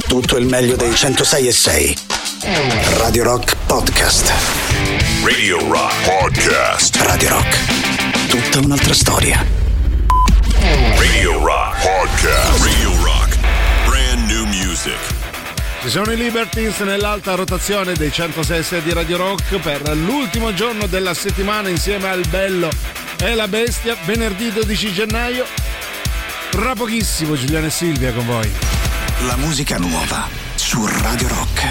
tutto il meglio dei 106.6. Radio Rock Podcast. Radio Rock Podcast. Radio Rock, tutta un'altra storia. Radio Rock Podcast. Radio Rock, brand new music. Ci sono i Libertines nell'alta rotazione dei 106.6 di Radio Rock per l'ultimo giorno della settimana insieme al Bello e la Bestia, venerdì 12 gennaio. Tra pochissimo Giuliano e Silvia con voi. La musica nuova su Radio Rock.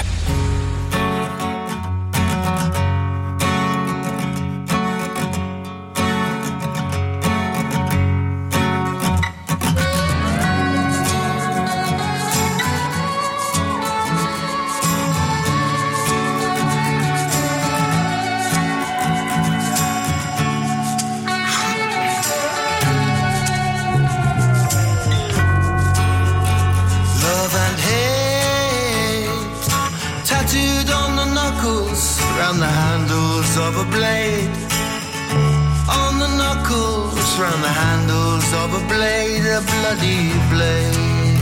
Round the handles of a blade, on the knuckles, round the handles of a blade, a bloody blade.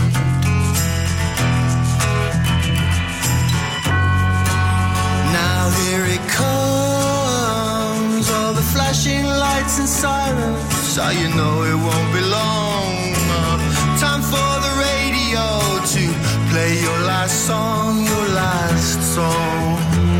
Now here it comes, all the flashing lights and sirens, so you know it won't be long. Time for the radio to play your last song, your last song.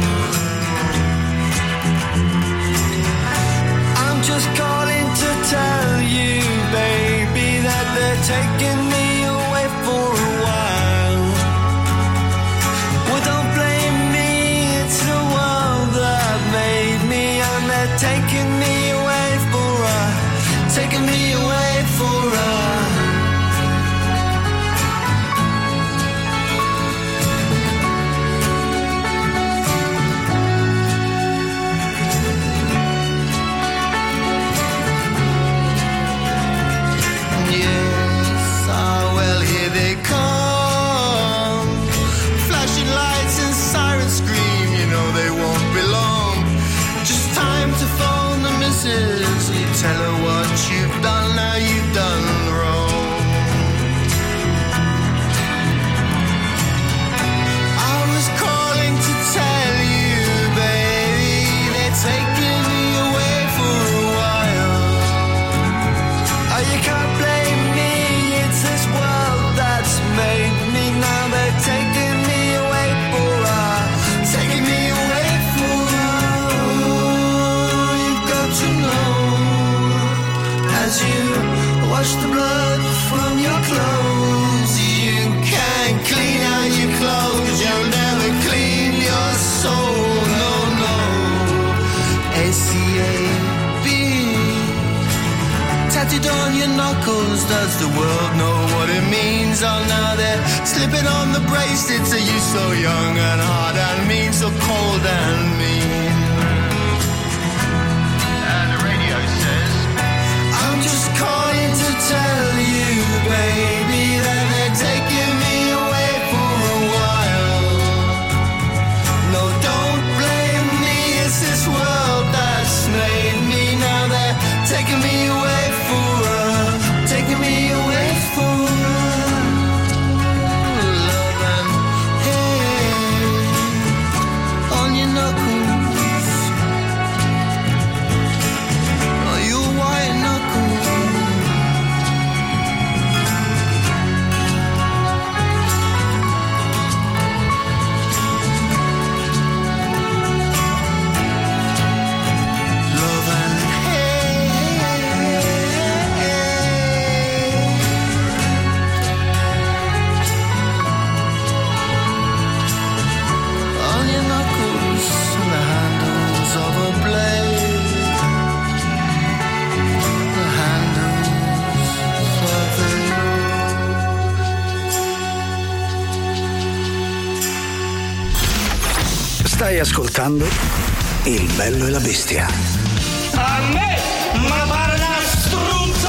Just calling to tell you, baby, that they're taking me away for a while. Well, don't blame me, it's the world that made me, and they're taking me away for taking me away for you tell her what you've done, now you've done wrong. I was calling to tell you, baby, they're taking me away for a while. Oh, you can't blame me, it's this world that's made me. Now they're taking me away for taking me away for you've got to know. As you wash the blood from your clothes, you can't clean out your clothes, you'll never clean your soul, no, no. ACAB tattooed on your knuckles, does the world know what it means? Oh, now they're slipping on the bracelets, are you so young and hard and mean, so cold and mean? Just calling to tell you, baby, that they're taking me away for a while. No, don't blame me, it's this world that's made me. Now they're taking me away for taking me away for love and hate on your knuckles. Oh, your white knuckles. Stai ascoltando Il Bello e la Bestia. A me, ma pare una struzza!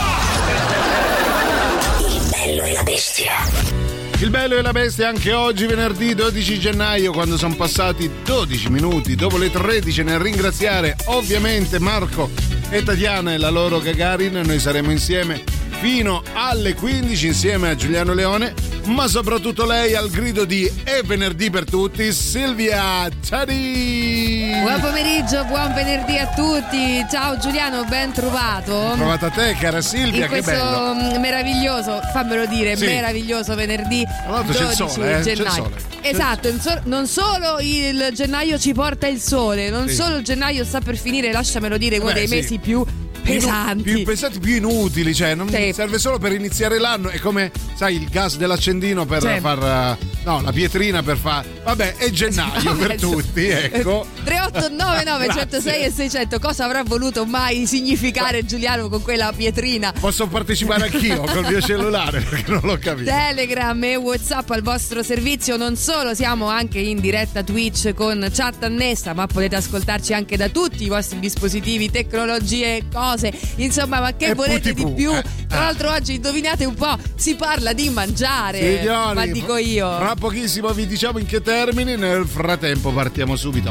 Il Bello e la Bestia. Il Bello e la Bestia anche oggi, venerdì 12 gennaio, quando sono passati 12 minuti dopo le 13, nel ringraziare ovviamente Marco e Tatiana e la loro Gagarin. Noi saremo insieme fino alle 15 insieme a Giuliano Leone, ma soprattutto lei al grido di "È venerdì per tutti", Silvia Tari. Buon pomeriggio, buon venerdì a tutti. Ciao Giuliano, ben trovato. Trovata te, cara Silvia, in che bello. questo meraviglioso, fammelo dire, Sì. meraviglioso venerdì Tra l'altro 12 c'è il sole, c'è il gennaio. sole. Esatto, non solo il gennaio ci porta il sole, non Sì. solo il gennaio sta per finire, lasciamelo dire, uno dei sì. mesi più pesanti. Più pesanti, più inutili, cioè non Sì. serve solo per iniziare l'anno. È come, sai, il gas dell'accendino per Sì. far no, la pietrina per far, vabbè, è gennaio per tutti, ecco. 3899 106 e 600. Cosa avrà voluto mai significare Giuliano con quella pietrina? Posso partecipare anch'io col mio cellulare perché non l'ho capito. Telegram e WhatsApp al vostro servizio. Non solo, siamo anche in diretta Twitch con chat annessa, ma potete ascoltarci anche da tutti i vostri dispositivi, tecnologie, cose. Insomma, ma che E volete puti di pu. più? Tra l'altro oggi indovinate un po', si parla di mangiare. Signori, ma dico io. Fra pochissimo vi diciamo in che termini, nel frattempo partiamo subito.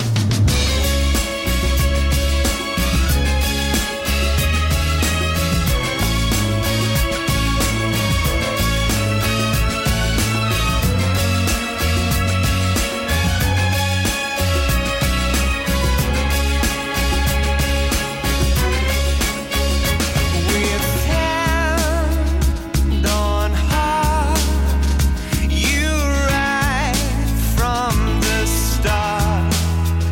With hand on heart, you right from the start.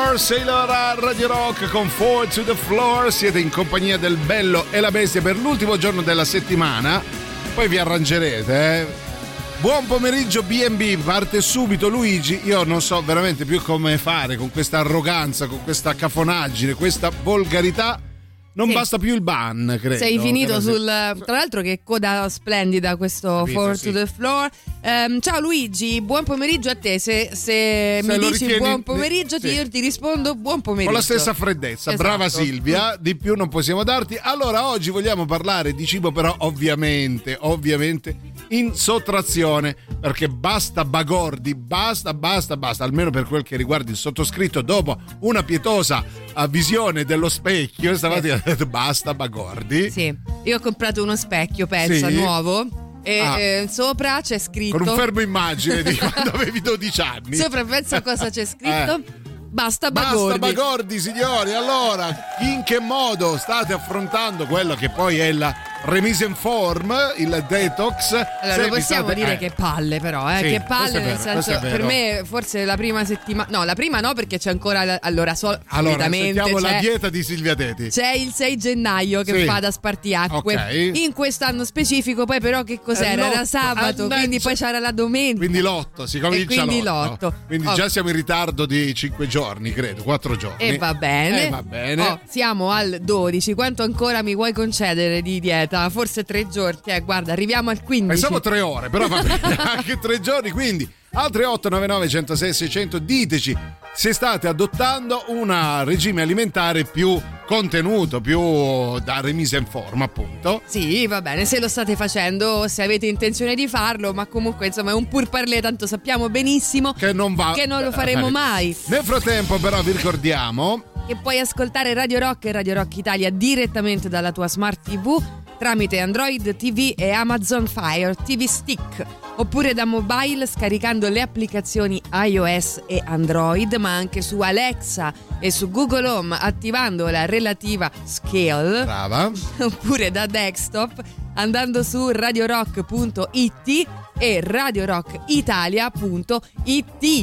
Floor, Sailor a Radio Rock con Fall to the Floor. Siete in compagnia del Bello e la Bestia per l'ultimo giorno della settimana, poi vi arrangerete, Buon pomeriggio B&B, parte subito Luigi. Io non so veramente più come fare con questa arroganza, con questa cafonaggine, questa volgarità. Non basta più il ban, credo. Sei finito sul... Tra l'altro che coda splendida questo Fall to the Floor. Ciao Luigi, buon pomeriggio a te. Se mi dici ritieni... buon pomeriggio, io ti rispondo buon pomeriggio. Con la stessa freddezza, esatto. Brava Silvia, di più non possiamo darti. Allora, oggi vogliamo parlare di cibo, però ovviamente in sottrazione, perché basta bagordi, basta, almeno per quel che riguarda il sottoscritto. Dopo una pietosa visione dello specchio stamattina ha detto basta bagordi. Sì, io ho comprato uno specchio, pensa, nuovo, e sopra c'è scritto, con un fermo immagine di quando avevi 12 anni, sopra pensa cosa c'è scritto. Basta bagordi. Basta bagordi, signori. Allora, in che modo state affrontando quello che poi è la remise in form, il detox? Allora, lo possiamo dire che palle, però, sì, che palle, nel vero, senso, per me forse la prima settimana, no, la prima no, perché c'è ancora sentiamo la dieta di Silvia Teti. C'è il 6 gennaio che fa da spartiacque, okay. In quest'anno specifico. Poi però che cos'era? Era sabato, quindi poi c'era la domenica, quindi l'8 si comincia, quindi l'8. Quindi già siamo in ritardo di 5 giorni, credo, 4 giorni. E va bene. Siamo al 12. Quanto ancora mi vuoi concedere di dieta? Forse 3 giorni. Guarda, arriviamo al 15. Pensavo 3 ore, però va bene, anche 3 giorni, quindi altre 899 106 600, diteci se state adottando un regime alimentare più contenuto, più da remise in forma, appunto. Sì, va bene, se lo state facendo, se avete intenzione di farlo, ma comunque insomma è un pur parler, tanto sappiamo benissimo che non lo faremo mai. Nel frattempo però vi ricordiamo che puoi ascoltare Radio Rock e Radio Rock Italia direttamente dalla tua Smart TV tramite Android TV e Amazon Fire TV Stick, oppure da mobile scaricando le applicazioni iOS e Android, ma anche su Alexa e su Google Home attivando la relativa scale. Brava. Oppure da desktop andando su radiorock.it e radiorockitalia.it.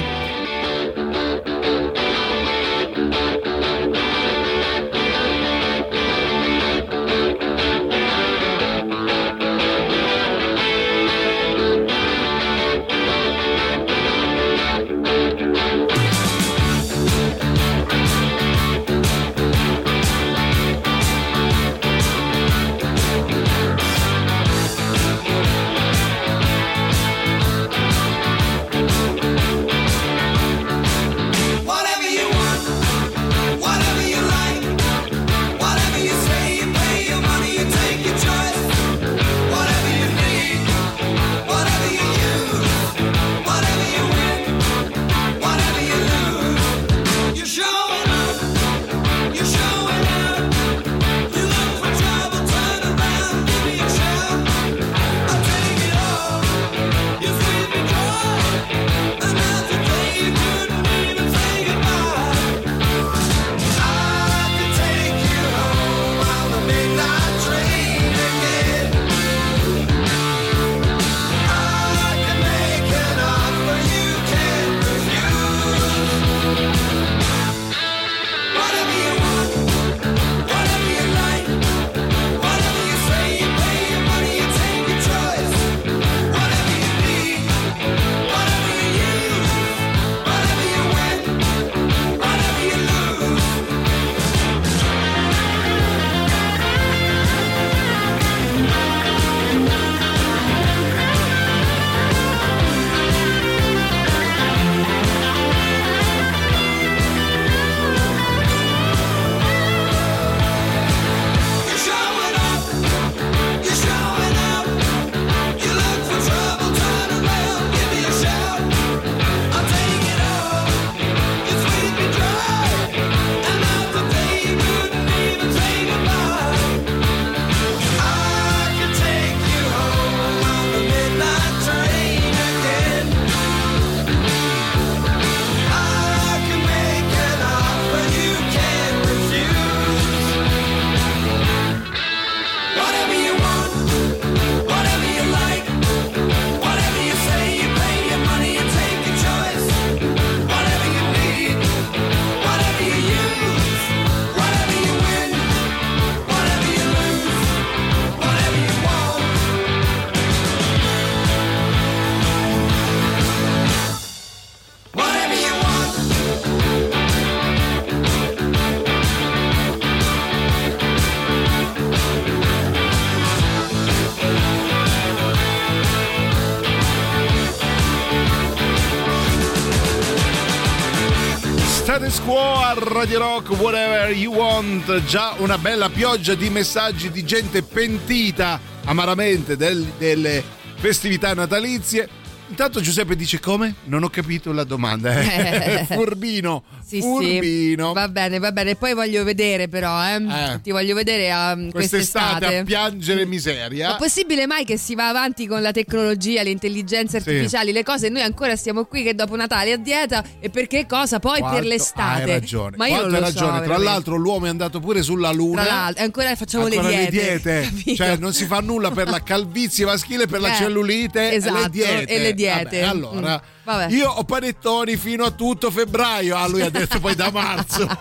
Quo a Radio Rock, Whatever You Want. Già una bella pioggia di messaggi di gente pentita amaramente delle festività natalizie. Intanto Giuseppe dice: come? Non ho capito la domanda. Furbino. Sì, furbino. Sì. Va bene. Poi voglio vedere però, ti voglio vedere quest'estate a piangere miseria. È possibile mai che si va avanti con la tecnologia, le intelligenze artificiali, le cose, e noi ancora stiamo qui che dopo Natale a dieta, e perché cosa? Poi per l'estate. Hai ragione. Ma io non lo ragione. so, Tra veramente. l'altro l'uomo è andato pure sulla Luna. Tra l'altro, ancora facciamo ancora le diete. Capito? Cioè non si fa nulla per la calvizie maschile, per la cellulite, esatto, e le diete. Vabbè, allora vabbè. Io ho panettoni fino a tutto febbraio. Lui ha detto poi da marzo.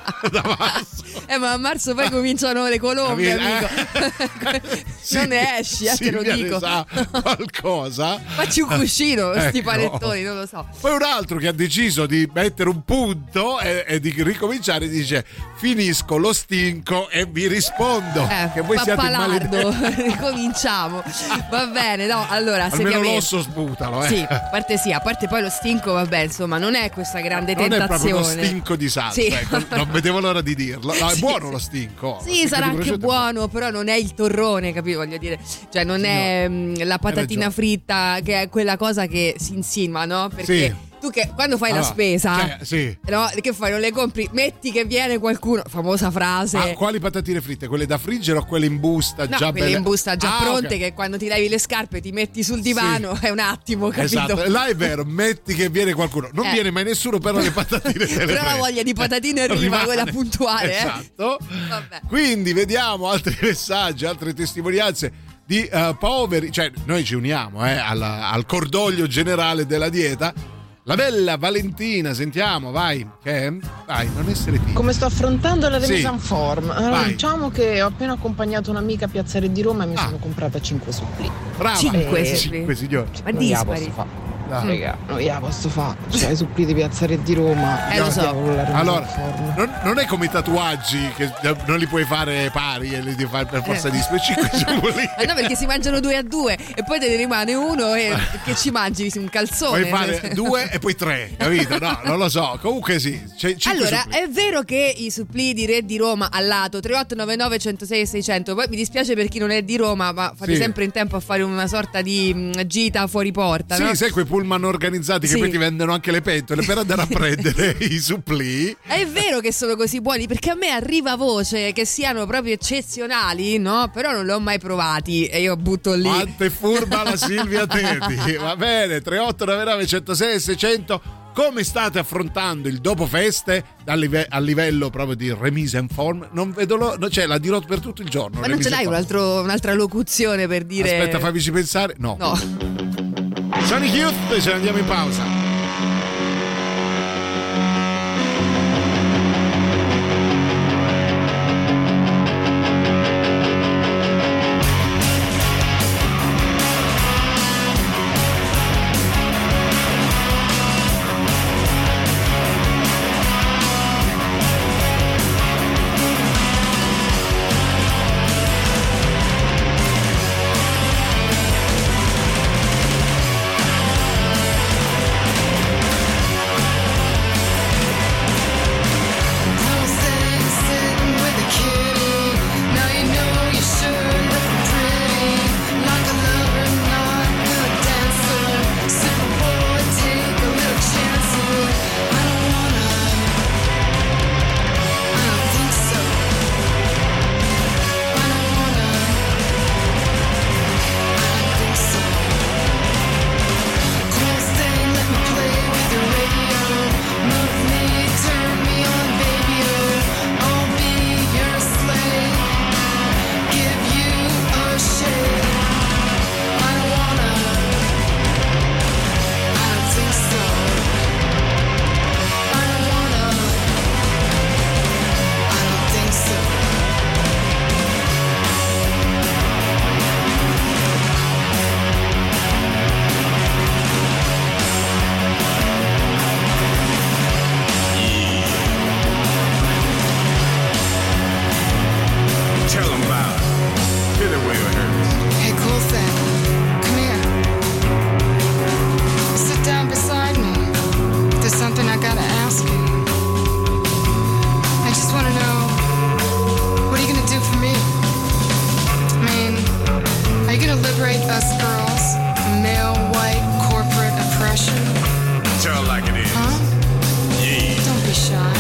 Ma a marzo poi cominciano le colombe, amico. Non ne esci, te lo dico. Sa qualcosa. Facci un cuscino, questi Ecco. panettoni, non lo so. Poi un altro che ha deciso di mettere un punto e di ricominciare dice: finisco lo stinco e vi rispondo. Che voi siate pappalardo. Ricominciamo. Va bene, no, allora almeno seriamente. l'osso sputalo. Sì, a parte poi lo stinco, vabbè, insomma, non è questa grande non tentazione. è proprio uno stinco di salsa, Sì. ecco, non vedevo l'ora di dirlo. No, è buono lo stinco. Sì, sarà anche buono, però non è il torrone, capito? Voglio dire, cioè non è la patatina fritta, che è quella cosa che si insinua, no? Perché tu che quando fai la spesa, no? Che fai? Non le compri, metti che viene qualcuno, famosa frase. Ah, quali patatine fritte? Quelle da friggere o quelle in busta No, già quelle belle? in busta già pronte, okay. che quando ti levi le scarpe ti metti sul divano, è un attimo, capito? Esatto, là è vero, metti che viene qualcuno, non viene mai nessuno, però le patatine te le però la voglia di patatine arriva, quella puntuale. Esatto. Vabbè. Quindi vediamo altri messaggi, altre testimonianze di poveri, cioè noi ci uniamo al cordoglio generale della dieta. La bella Valentina, sentiamo, vai, vai, non essere timida. Come sto affrontando la remise en forme? Allora, Vai. diciamo che ho appena accompagnato un'amica a Piazzale di Roma e mi sono comprata 5 supplì. Brava. 5 signori. Ma non gliela dispari. posso fare. Dai. Raga, non gliela posso fare. Cioè, i supplì di Piazzale di Roma. Lo so. Allora, non è come i tatuaggi che non li puoi fare pari e li devi fare per forza di 5 supplì. No, perché si mangiano 2 a 2 e poi te ne rimane uno e che ci mangi un calzone. Puoi fare 2 e poi 3, capito? No, non lo so. Comunque sì. Allora, supplì. è vero che i supplì di Re di Roma al lato 3899 106 600. Poi mi dispiace per chi non è di Roma, ma fate sempre in tempo a fare una sorta di gita fuori porta, Sì, no? sai quei pullman organizzati che poi ti vendono anche le pentole per andare a prendere i supplì. È vero che sono così buoni, perché a me arriva voce che siano proprio eccezionali, no? Però non li ho mai provati e io butto lì. Quanto è furba la Silvia Teti. Va bene, 3899 106 600. Come state affrontando il dopo feste a livello proprio di remise en forme? Non vedo cioè la dirò per tutto il giorno. Ma non ce l'hai un'altra locuzione per dire? Aspetta, fammici pensare. No. Sonic Youth, ce ne andiamo in pausa. us girls, male white corporate oppression. Tell it like it is. Huh? Yeah. Don't be shy.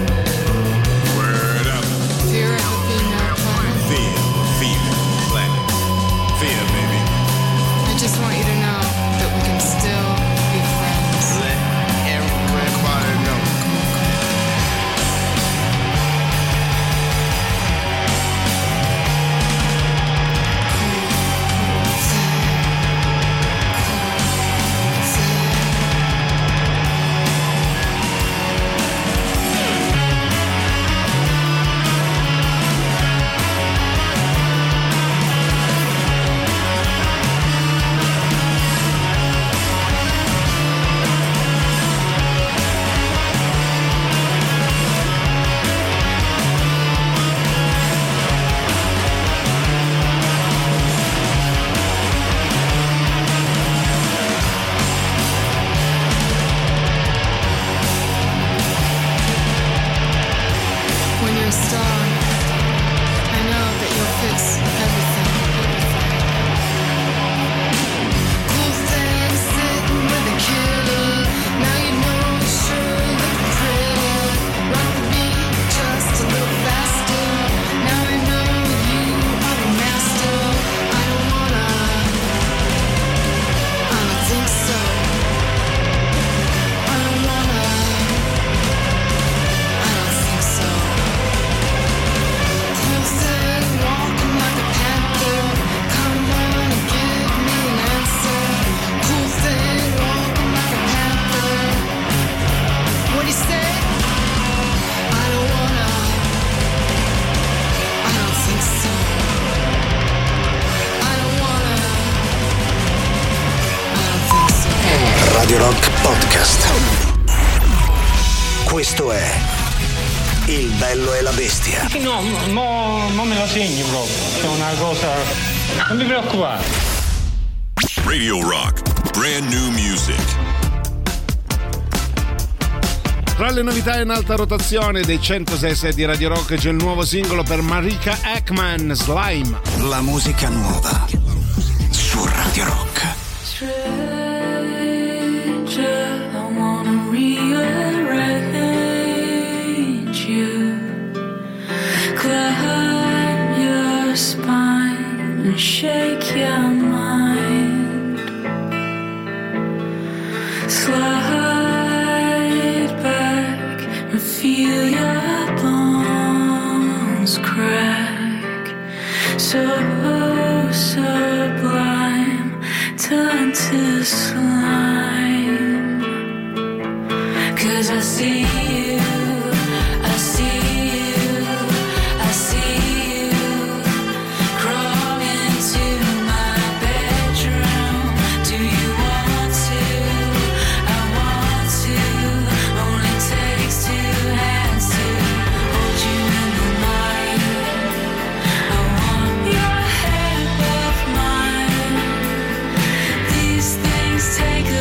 Word up. Fear of the female planet. Female planet. Fear, baby. I just want you to know that we can still be friends. Let everybody know. When you're a star, I know that you'll fix everything. Cool thing sitting with a killer. Now you know you sure look pretty. Rock the beat just a little faster. Now I know you are the master. I don't think so. I don't think so. Cool thing, walking like a panther. Come on and give me an answer. Cool thing, walking like a panther. What do you say? I don't think so. I don't think so. Radio Rock Podcast. Questo è Il bello e la bestia. No, mo me lo segni proprio. È una cosa. Non mi preoccupare. Radio Rock. Brand new music. Tra le novità in alta rotazione dei 106 di Radio Rock c'è il nuovo singolo per Marika Ekman, Slime. La musica nuova su Radio Rock. Stranger, I wanna rearrange you, climb your spine and shake your mind, slide back and feel your bones crack, so sublime, turn to slime, 'cause I see you, I see you, I see you, crawl into my bedroom. Do you want to? I want to. Only takes two hands to hold you in the night. I want your hand above mine. These things take a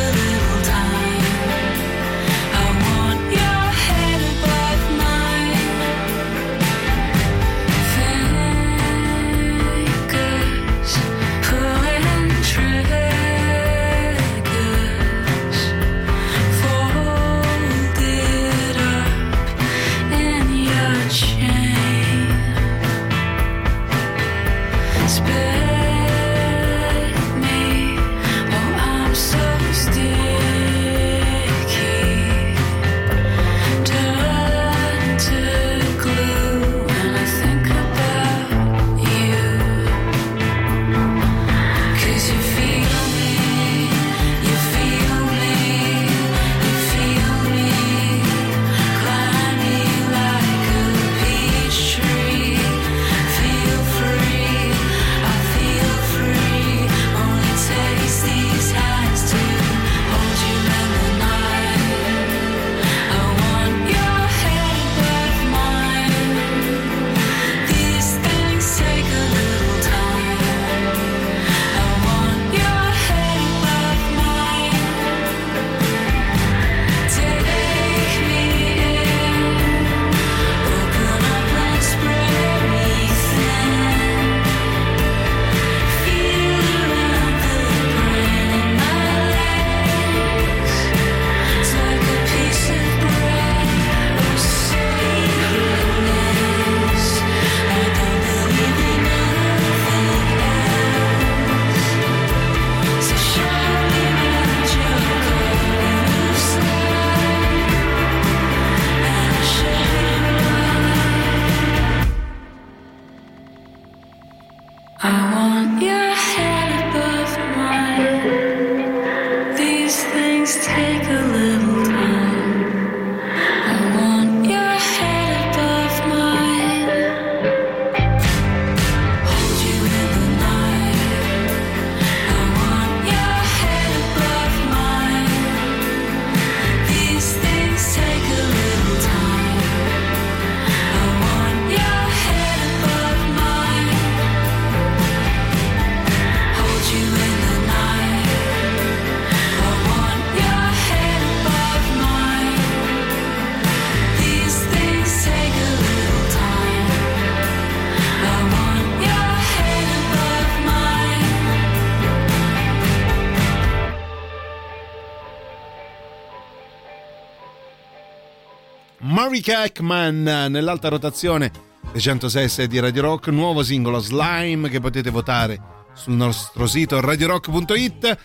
Marika Ekman nell'alta rotazione dei 106 di Radio Rock, nuovo singolo Slime che potete votare sul nostro sito radiorock.it.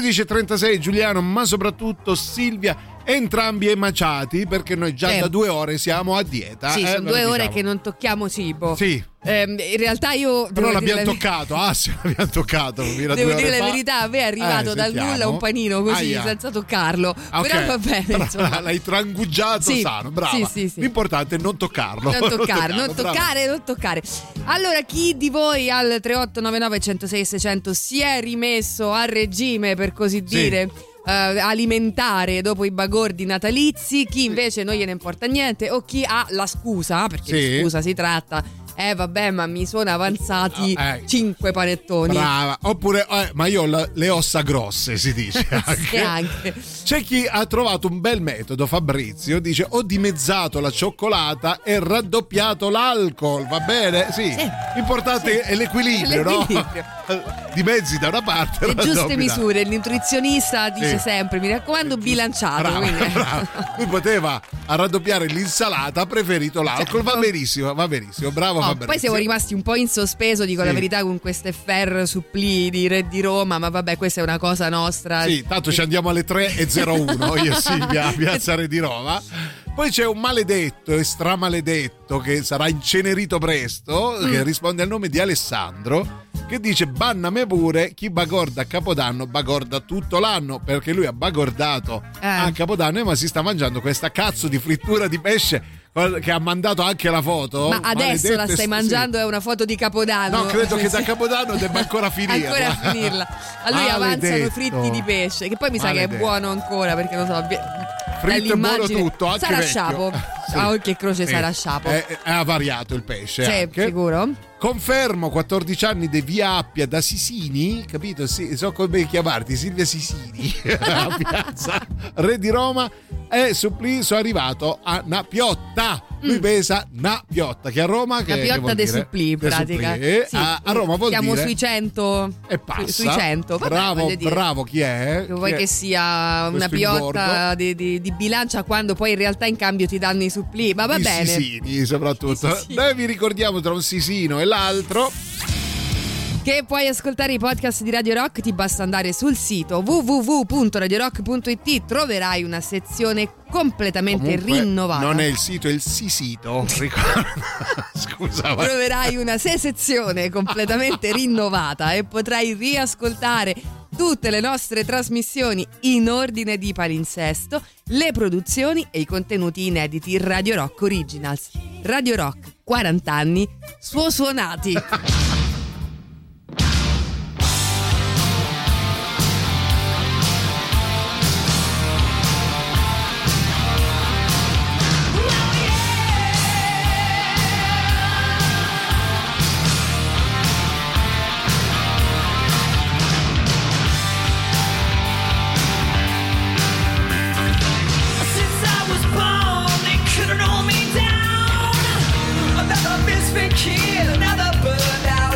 13.36 Giuliano, ma soprattutto Silvia, entrambi emaciati perché noi già da 2 ore siamo a dieta. Sì, sono 2 diciamo. ore che non tocchiamo cibo. Sì. In realtà io però l'abbiamo toccato, l'abbiamo toccato. Devo dire la verità, a me è arrivato dal nulla un panino così senza toccarlo. Okay. Però va bene, insomma. L'hai trangugiato sano, brava. Sì. L'importante è non toccarlo. Non toccare. Allora, chi di voi al 3899 106 600 si è rimesso a regime, per così dire, alimentare dopo i bagordi natalizi, chi invece non gliene importa niente, o chi ha la scusa, perché di scusa si tratta. Vabbè, ma mi sono avanzati 5 panettoni. Brava. Oppure, ma io le ossa grosse, si dice anche. Anche. C'è chi ha trovato un bel metodo, Fabrizio, dice: ho dimezzato la cioccolata e raddoppiato l'alcol, va bene? Sì. L'importante è l'equilibrio, no? Dimezzi da una parte. Le giuste misure, il nutrizionista dice sempre, mi raccomando, bilanciato. Brava. Lui poteva raddoppiare l'insalata, ha preferito l'alcol, va benissimo, bravo. Poi siamo rimasti un po' in sospeso, dico la verità, con queste Fer Supplì di Re di Roma, ma vabbè, questa è una cosa nostra. Sì, tanto ci andiamo alle 3:01 io e Silvia a Piazza Re di Roma. Poi c'è un maledetto e stramaledetto che sarà incenerito presto, che risponde al nome di Alessandro, che dice: banna me pure, chi bagorda a Capodanno bagorda tutto l'anno, perché lui ha bagordato a Capodanno, ma si sta mangiando questa cazzo di frittura di pesce che ha mandato anche la foto. Ma adesso la stai mangiando, è una foto di Capodanno. No, credo che da Capodanno debba ancora finirla. A lui avanzano fritti di pesce, che poi mi sa che è buono ancora, perché non so, fritto e buono tutto, anche sarà vecchio. Sciapo. Occhio e croce, sarà sciapo. Ha variato il pesce. Sì, anche. sicuro. Confermo, 14 anni di Via Appia da Sisini, capito? Sì, so come chiamarti, Silvia Sisini, a Piazza Re di Roma, e Supplì sono arrivato a una piotta. Lui pesa una piotta, che a Roma che la piotta de Supplì, in pratica. Sì, a Roma vuol siamo dire sui 100 e passa. Sui 100. Vabbè, bravo, chi è? Vuoi che sia una piotta di bilancia, quando poi in realtà in cambio ti danno i supplì, ma va bene. Sisini soprattutto. Noi vi ricordiamo tra un sisino e l'altro che puoi ascoltare i podcast di Radio Rock. Ti basta andare sul sito www.radiorock.it, troverai una sezione completamente rinnovata. Non è il sito, è il sisito. Scusa, ma... Troverai una sezione completamente rinnovata e potrai riascoltare tutte le nostre trasmissioni in ordine di palinsesto, le produzioni e i contenuti inediti Radio Rock Originals. Radio Rock, 40 anni suonati. Kid, another bird out.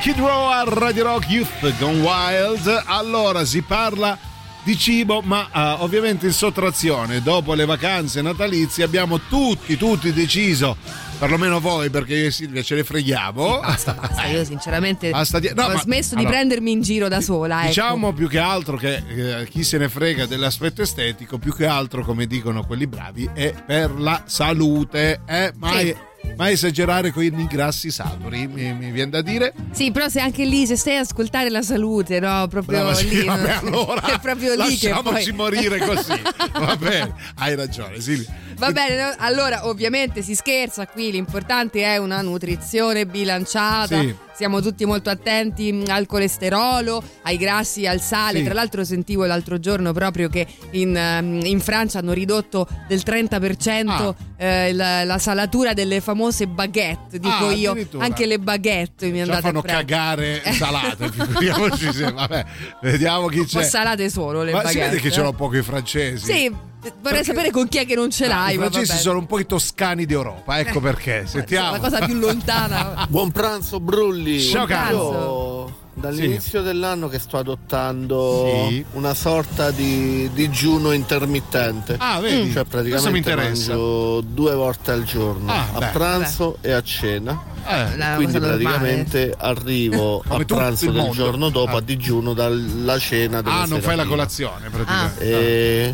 Skid Row a Radio Rock, Youth Gone Wild. Allora si parla di cibo, ma ovviamente in sottrazione. Dopo le vacanze natalizie abbiamo tutti deciso, perlomeno voi, perché io e Silvia ce ne freghiamo. Basta, io sinceramente ho ma smesso di prendermi in giro da sola. Diciamo più che altro che chi se ne frega dell'aspetto estetico, più che altro, come dicono quelli bravi, è per la salute. Mai esagerare con i grassi saturi, mi viene da dire. Sì, però se anche lì, se stai a ascoltare la salute, no? Proprio Brava, lì. sì, vabbè, allora è proprio lì che lasciamoci poi... morire così. Va bene, hai ragione, Silvia. Va bene, no? Allora ovviamente si scherza qui, l'importante è una nutrizione bilanciata. Sì. Siamo tutti molto attenti al colesterolo, ai grassi, al sale. Sì. Tra l'altro sentivo l'altro giorno proprio che in Francia hanno ridotto del 30% la salatura delle famose baguette. Dico io, anche le baguette mi andate fanno a prendere. Cagare salate, figuriamoci se, vabbè, vediamo chi c'è. O salate solo le Ma baguette. si vede che ce l'ho poco i francesi. Sì, vorrei sapere con chi è che non ce l'hai. I ma francesi vabbè. sono un po' i toscani d'Europa, ecco perché. Sentiamo. La cosa più lontana. Buon pranzo Brulli. Ciao caro. Io dall'inizio dell'anno che sto adottando Sì. una sorta di digiuno intermittente. Ah, vedi? Cioè Questo mi praticamente interessa. mangio 2 volte al giorno, Ah, a beh. pranzo e a cena. La Quindi cosa normale. praticamente arrivo a Come tutto pranzo il del mondo. giorno dopo a digiuno dalla cena della Non sera fai la prima. colazione praticamente.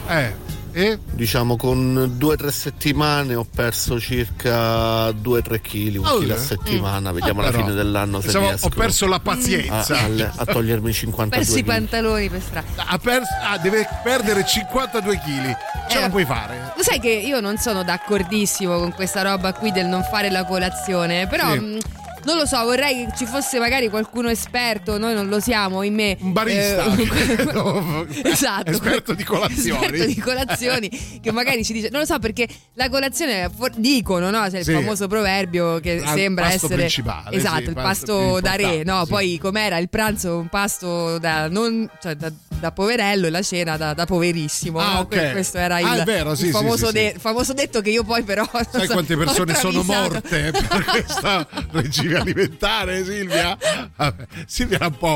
E diciamo con 2 o 3 settimane ho perso circa 2-3 kg, 1 chilo a settimana. Vediamo alla però, fine dell'anno se insomma, riesco ho perso la pazienza. a togliermi 52 Persi i kg. pantaloni per strada. Deve perdere 52 kg. Ce la puoi fare? Lo sai che io non sono d'accordissimo con questa roba qui del non fare la colazione, però Sì. non lo so, vorrei che ci fosse magari qualcuno esperto, noi non lo siamo, in me. Un barista. Esatto. Esperto di colazioni. Esperto di colazioni che magari ci dice, non lo so, perché la colazione dicono, no? C'è il Sì. famoso proverbio che Il sembra pasto essere principale, esatto, sì, il il pasto pasto più da re, importante, no? sì. Poi com'era il pranzo, un pasto da non, cioè da poverello, e la cena da poverissimo. Ah, no? ok. Questo era È vero, sì, il famoso, sì, sì. famoso detto che io poi però Sai quante persone sono morte per questo regime alimentare, Silvia? Vabbè, Silvia era un po'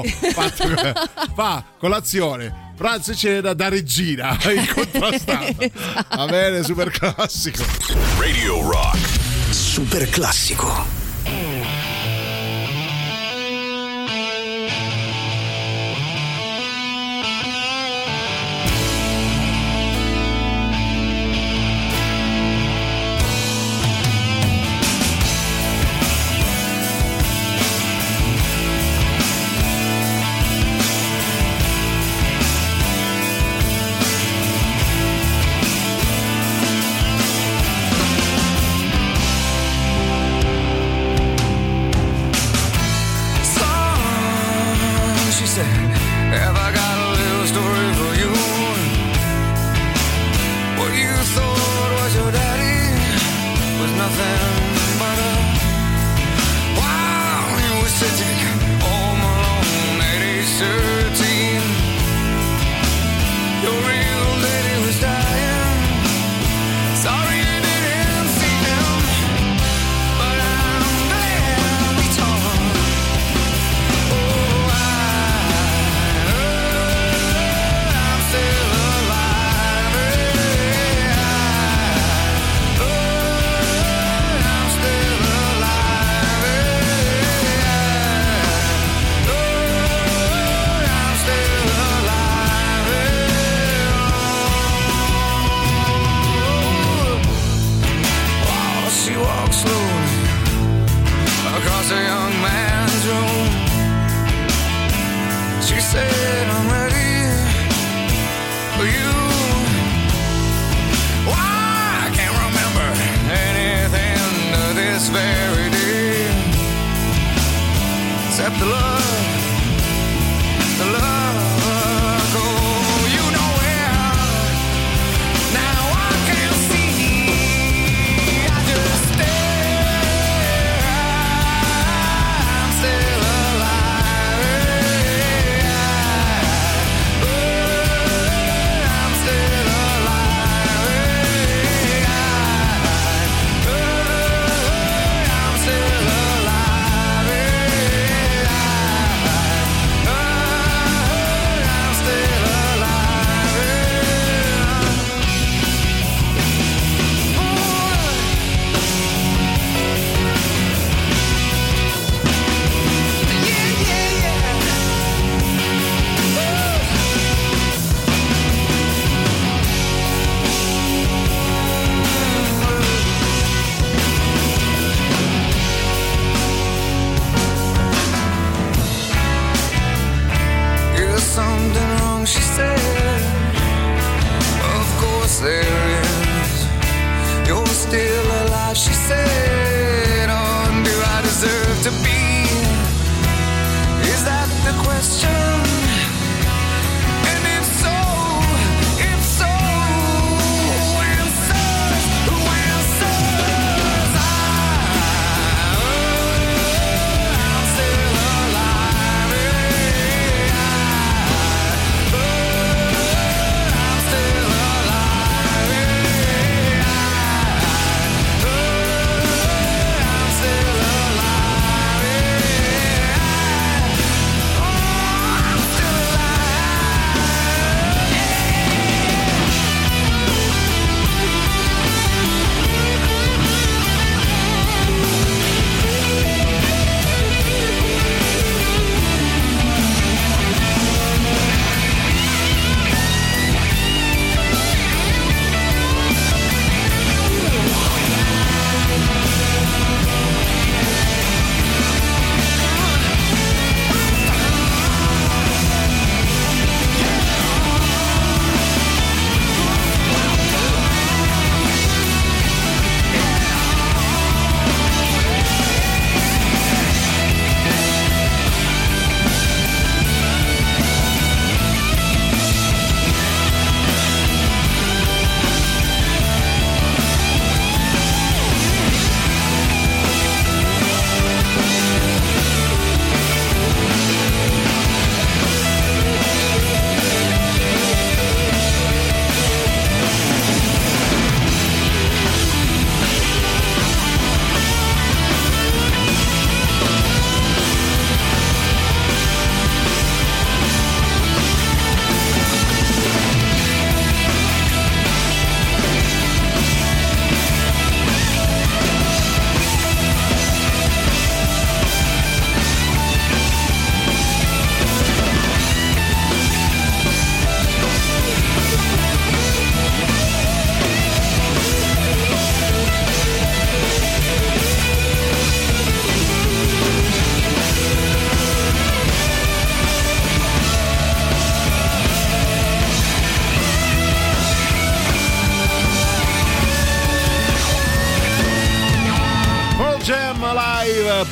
fa colazione, pranzo e cena da regina incontrastata. Va bene, super classico. Radio Rock. Super classico. Have I got a little story for you? What you thought was your daddy was nothing but a while you were sitting home alone at age 13. Your real daddy was dying. Sorry you didn't see him, but I'm glad we talked. Oh, I'm still alive. I'm still alive. I'm still alive. While she walks slowly across a young man's room, she said, I'm ready for you. Why, I can't remember anything to this very day except the love. Oh, you know where. Now I can see. I just stare. I'm still alive. I'm still alive. I'm still alive.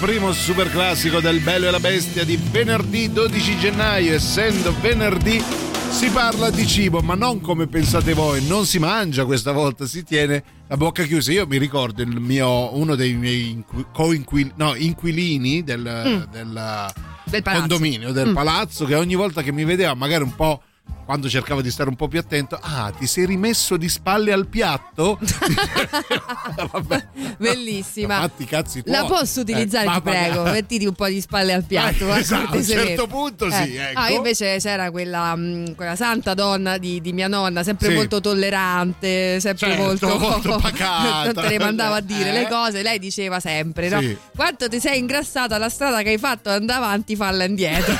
primo super classico del Bello e la Bestia di venerdì 12 gennaio. Essendo venerdì si parla di cibo, ma non come pensate voi, non si mangia questa volta, si tiene la bocca chiusa. Io mi ricordo uno dei miei inquilini del condominio, del palazzo, che ogni volta che mi vedeva, magari un po', quando cercavo di stare un po' più attento, ti sei rimesso di spalle al piatto? Vabbè. Bellissima. Fatti cazzi tuoi. La posso utilizzare, ti prego, mettiti un po' di spalle al piatto. Esatto, a un certo punto sì, ecco. Invece c'era quella santa donna di mia nonna, sempre molto tollerante, sempre molto pacata. Non te ne mandava a dire le cose. Lei diceva sempre, no? Sì. Quanto ti sei ingrassata, la strada che hai fatto anda avanti, falla indietro.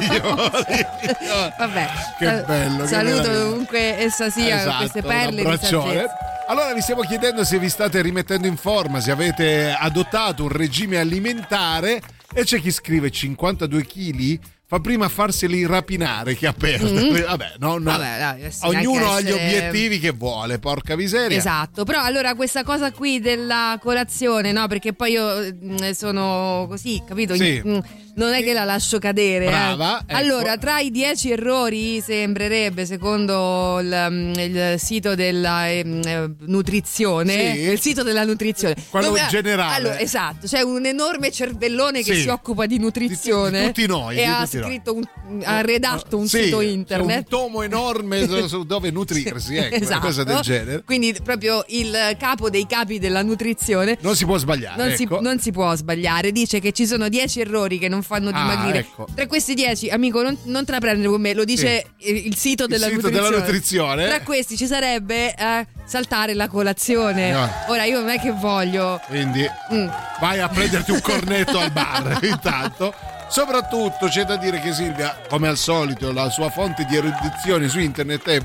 Vabbè. Che bello. Saluto che dovunque essa sia, esatto, queste perle un di abbraccione. saggezza. Allora vi stiamo chiedendo se vi state rimettendo in forma, se avete adottato un regime alimentare, e c'è chi scrive 52 kg fa prima farseli rapinare che a perderli. Vabbè, dai, ognuno ha gli obiettivi che vuole, porca miseria. Esatto, però allora questa cosa qui della colazione, no? Perché poi io sono così, capito? Sì. Non è che la lascio cadere. Brava, ecco. Allora, tra i 10 errori, sembrerebbe, secondo il sito della nutrizione, Sì. il sito della nutrizione, Quello generale. Allora, esatto, c'è un enorme cervellone che si occupa di nutrizione, di tutti noi, e di ha tutti noi. scritto ha redatto un sito internet, un tomo enorme dove nutrirsi, ecco, esatto. una cosa del genere. Quindi proprio il capo dei capi della nutrizione non si può sbagliare, non si può sbagliare. Dice che ci sono 10 errori che non fanno dimagrire. Ecco. Tra questi 10, amico, non te la prendere con me, lo dice il sito della nutrizione. Tra questi ci sarebbe saltare la colazione. No. Ora io non è che voglio. Quindi vai a prenderti un cornetto al bar intanto. Soprattutto c'è da dire che Silvia, come al solito, la sua fonte di erudizione su internet è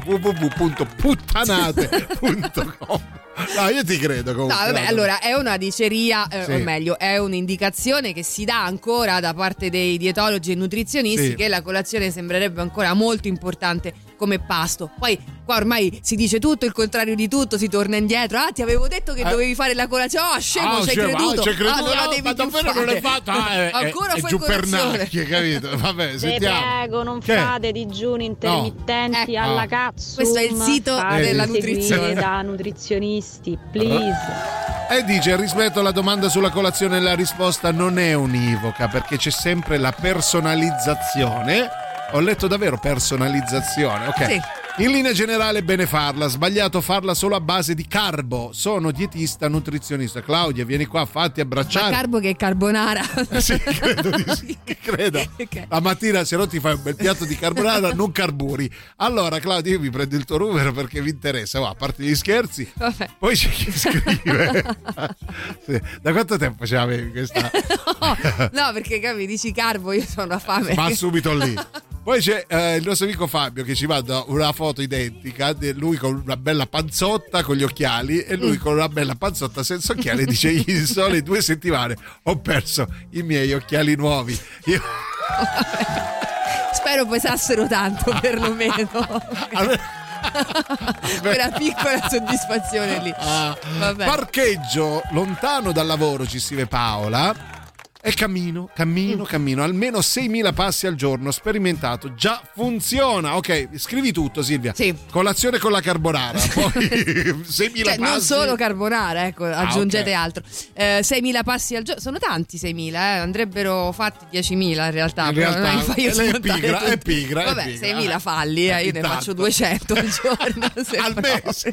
www.puttanate.com. No, io ti credo comunque. No, vabbè, allora è una diceria, Sì. o meglio, è un'indicazione che si dà ancora da parte dei dietologi e nutrizionisti, Sì. che la colazione sembrerebbe ancora molto importante come pasto. Poi qua ormai si dice tutto, il contrario di tutto, si torna indietro. Ti avevo detto che dovevi fare la colazione. Scemo, ci hai creduto. Non la devi ma più davvero fare. non l'hai fatto? Ancora è fai giù colazione. pernacchie, capito? Vabbè, Te sentiamo. prego, non Che? fate digiuni intermittenti No. alla cazzo. Questo è il sito della nutrizione. Da nutrizionisti, please. E dice: rispetto alla domanda sulla colazione, la risposta non è univoca, perché c'è sempre la personalizzazione. Ho letto davvero personalizzazione, ok. Sì. In linea generale è bene farla, sbagliato farla solo a base di carbo. Sono dietista nutrizionista. Claudia, vieni qua, fatti abbracciare. Ma carbo che è carbonara. Sì, credo di sì, credo. Ok. La mattina, se no, ti fai un bel piatto di carbonara, non carburi. Allora, Claudia, io mi prendo il tuo numero perché mi interessa. A parte gli scherzi, Vabbè. poi c'è chi scrive. Sì. Da quanto tempo ce l'avevi questa? No, perché capi, dici carbo, io sono a fame. Va subito lì. Poi c'è il nostro amico Fabio che ci manda una foto identica di lui con una bella panzotta con gli occhiali e lui con una bella panzotta senza occhiali. Dice: in sole 2 settimane ho perso i miei occhiali nuovi. Io... Spero pesassero tanto, perlomeno. Quella piccola soddisfazione lì. Vabbè. Parcheggio lontano dal lavoro, ci scrive Paola. E cammino, almeno 6.000 passi al giorno, sperimentato, già funziona. Ok, scrivi tutto, Silvia. Sì. Colazione con la carbonara, poi 6.000 passi. Non solo carbonara, ecco, aggiungete ok. altro. 6.000 passi al giorno, sono tanti 6.000, andrebbero fatti 10.000 in realtà. In però realtà, non fai io lei è scontare pigra, tutti. è pigra. Vabbè, è pigra. 6.000 falli, io ne Intanto. faccio 200 al giorno. Al mese.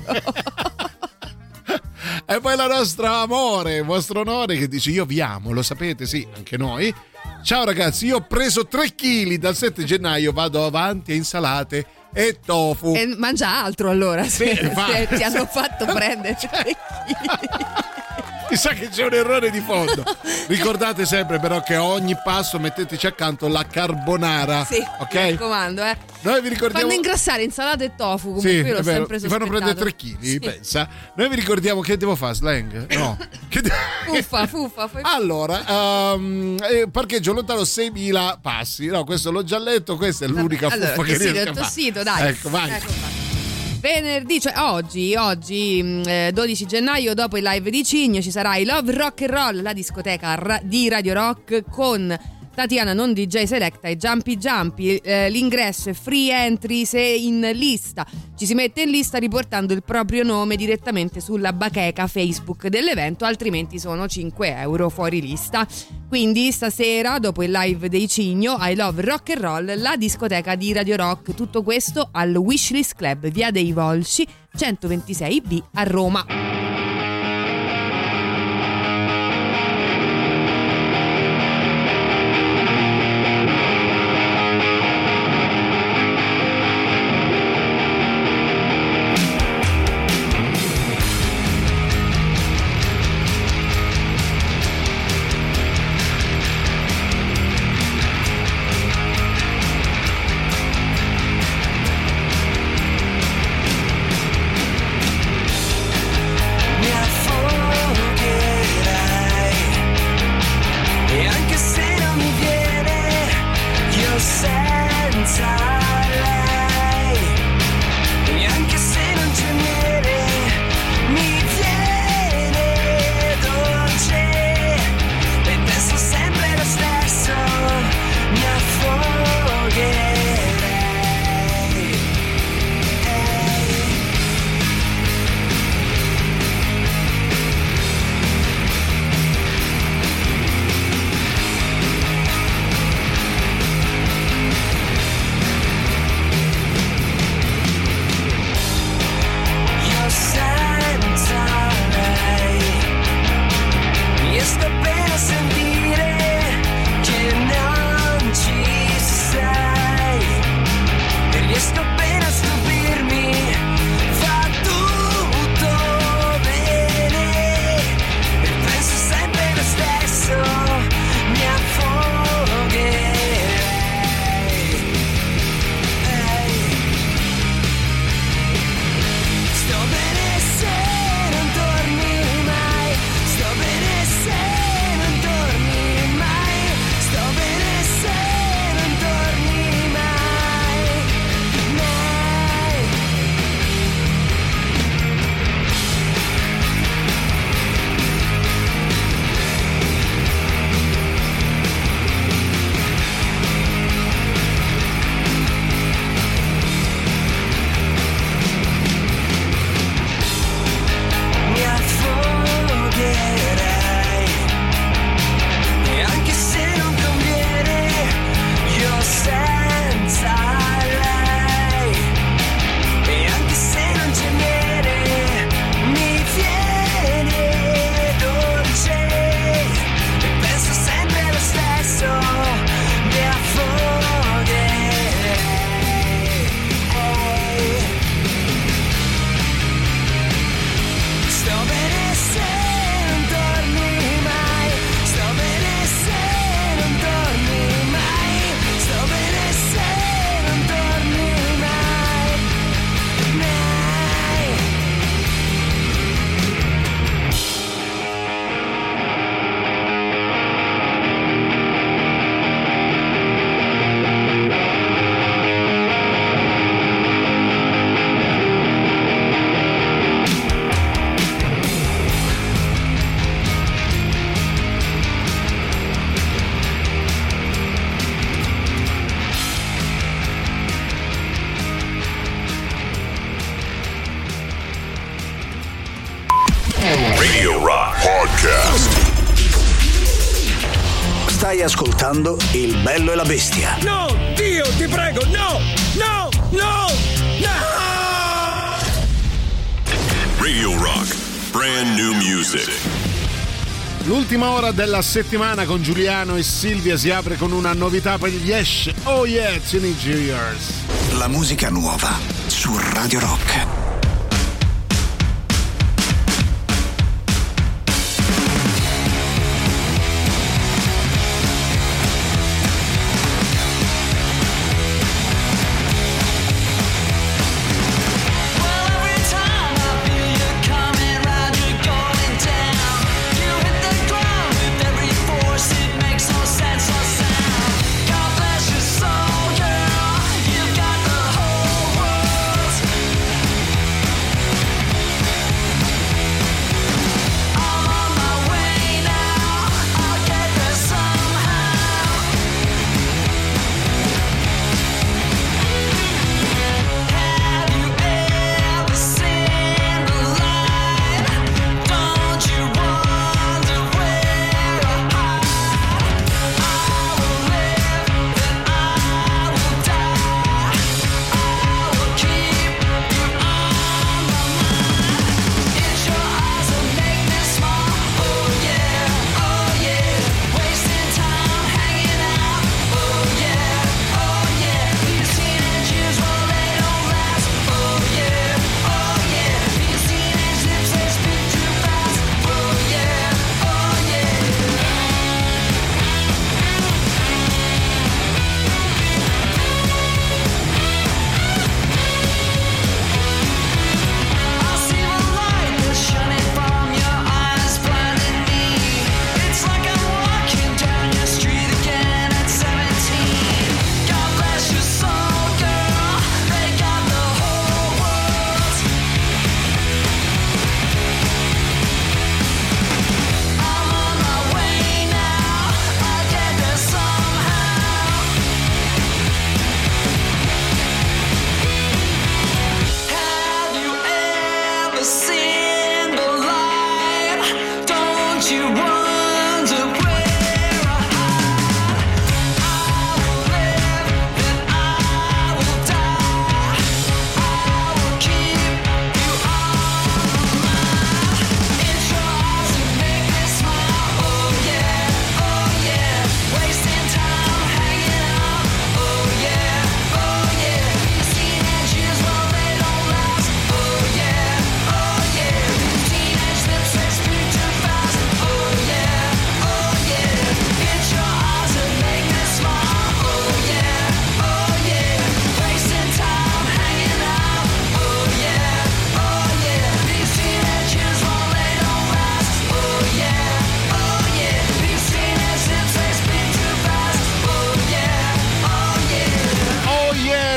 E poi la nostra amore, vostro onore, che dice: io vi amo, lo sapete, sì, anche noi. Ciao ragazzi, io ho preso 3 kg dal 7 gennaio, vado avanti a insalate e tofu. E mangia altro allora, se infatti. ti hanno fatto prendere 3 chili. Mi sa che c'è un errore di fondo. Ricordate sempre però che a ogni passo metteteci accanto la carbonara. Sì, ok? mi raccomando, Noi vi ricordiamo. Fanno ingrassare insalata e tofu, comunque Sì, io l'ho è vero. sempre Ti fanno sospettato. prendere 3 kg, Sì. pensa. Noi vi ricordiamo che devo fare slang? No. Fuffa. Allora, parcheggio lontano 6.000 passi. No, questo l'ho già letto, questa è l'unica Allora, fuffa che tossito, riesco a fare. tossito, dai. Ecco, vai. Ecco qua. Venerdì, cioè oggi 12 gennaio, dopo il live di Cigno, ci sarà i Love Rock and Roll, la discoteca di Radio Rock con Tatiana non DJ Selecta e Jumpy Jumpy. L'ingresso è free entry se in lista. Ci si mette in lista riportando il proprio nome direttamente sulla bacheca Facebook dell'evento, altrimenti sono 5 euro fuori lista. Quindi stasera, dopo il live dei Cigno, I Love Rock and Roll, la discoteca di Radio Rock. Tutto questo al Wishlist Club, via dei Volsci 126B a Roma. Radio Rock Podcast. Stai ascoltando Il Bello e la Bestia. No, Dio, ti prego, no, no, no, no! Radio Rock, brand new music. L'ultima ora della settimana con Giuliano e Silvia si apre con una novità per gli Ash. Oh yeah, Teenage Years. La musica nuova su Radio Rock. You've got the whole world.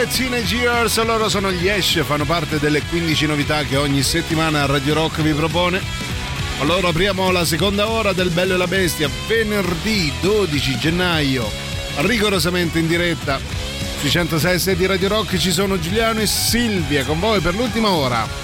Teenage Years, loro sono gli Ash, fanno parte delle 15 novità che ogni settimana Radio Rock vi propone. Allora apriamo la seconda ora del Bello e la Bestia, venerdì 12 gennaio, rigorosamente in diretta sui 106.6 di Radio Rock. Ci sono Giuliano e Silvia con voi per l'ultima ora.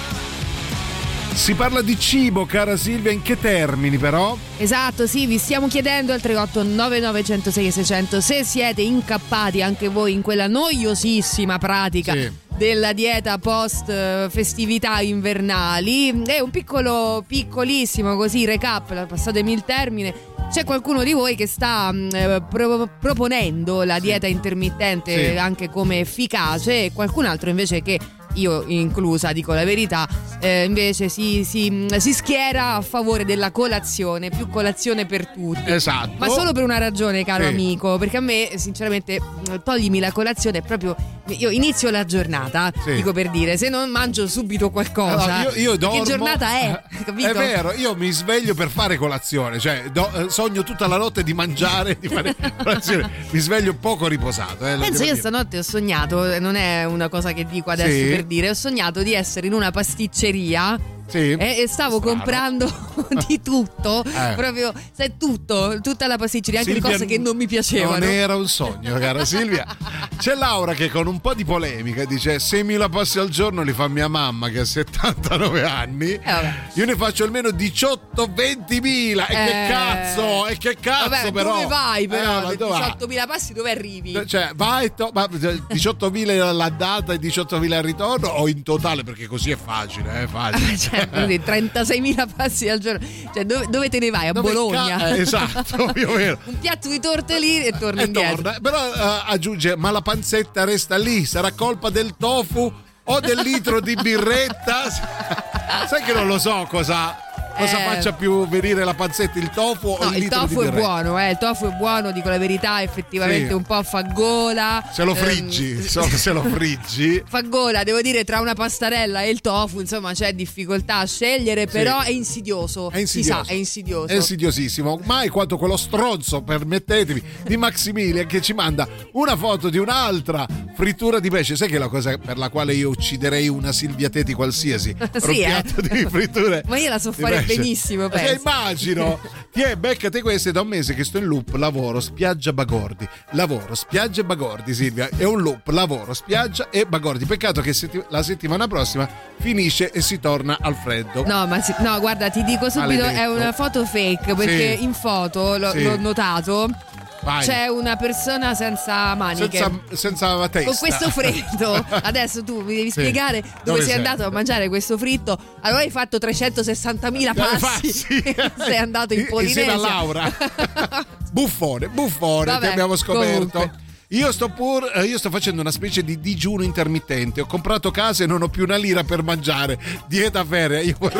Si parla di cibo, cara Silvia, in che termini però? Esatto, sì, vi stiamo chiedendo al 3899 106 600 se siete incappati anche voi in quella noiosissima pratica della dieta post festività invernali. È un piccolissimo così recap, passatemi il termine. C'è qualcuno di voi che sta proponendo la dieta intermittente anche come efficace, e qualcun altro invece che, io inclusa, dico la verità, invece si schiera a favore della colazione, più colazione per tutti. Esatto. Ma solo per una ragione, caro amico, perché a me sinceramente toglimi la colazione, proprio io inizio la giornata, dico per dire, se non mangio subito qualcosa, allora, io dormo, che giornata è? Capito? È vero, io mi sveglio per fare colazione, cioè sogno tutta la notte di mangiare, di fare colazione, mi sveglio poco riposato. Penso, io stanotte ho sognato, non è una cosa che dico adesso per dire, ho sognato di essere in una pasticceria e stavo comprando di tutto, proprio sai, tutta la pasticceria, anche Silvia, le cose che non mi piacevano. Non era un sogno, cara Silvia. C'è Laura che con un po' di polemica dice: 6.000 passi al giorno li fa mia mamma che ha 79 anni, io ne faccio almeno 18-20.000 e che cazzo vabbè, però dove vai però? 18.000 passi dove arrivi? Cioè vai 18.000 l'andata e 18.000 al ritorno, o in totale, perché così è facile, facile. 36.000 passi al giorno, cioè dove te ne vai? A Bologna? Esatto, più o meno. Un piatto di tortellini e torni indietro. Però aggiunge: ma la panzetta resta lì, sarà colpa del tofu o del litro di birretta? Sai che non lo so cosa faccia più venire la panzetta, il tofu o il litro di birretta? Il tofu è buono, dico la verità, effettivamente un po' fa gola. Se lo friggi, se lo friggi. Fa gola, devo dire, tra una pastarella e il tofu, insomma, c'è difficoltà a scegliere, però è insidioso. Si sa, è insidioso. È insidiosissimo. Mai quanto quello stronzo, permettetemi, di Maximilian che ci manda una foto di un'altra frittura di pesce. Sai che è la cosa per la quale io ucciderei una Silvia Teti qualsiasi? Un piatto di fritture. Ma io la so fare benissimo, penso. Immagino. Beccate queste, da un mese che sto in loop, lavoro, spiaggia, Bagordi. Lavoro, spiaggia e Bagordi, Silvia. È un loop, lavoro, spiaggia e Bagordi. Peccato che la settimana prossima finisce e si torna al freddo. No, guarda, ti dico subito, maledetto. È una foto fake, perché in foto l'ho notato. Vai. C'è una persona senza maniche, senza testa, con questo freddo. Adesso tu mi devi spiegare dove sei andato a mangiare questo fritto. Allora hai fatto 360.000 passi. Sei andato in Polinesia insieme a Laura. buffone vabbè, che abbiamo scoperto. Comunque. Io sto facendo una specie di digiuno intermittente. Ho comprato casa e non ho più una lira per mangiare. Dieta ferrea. Io vorrei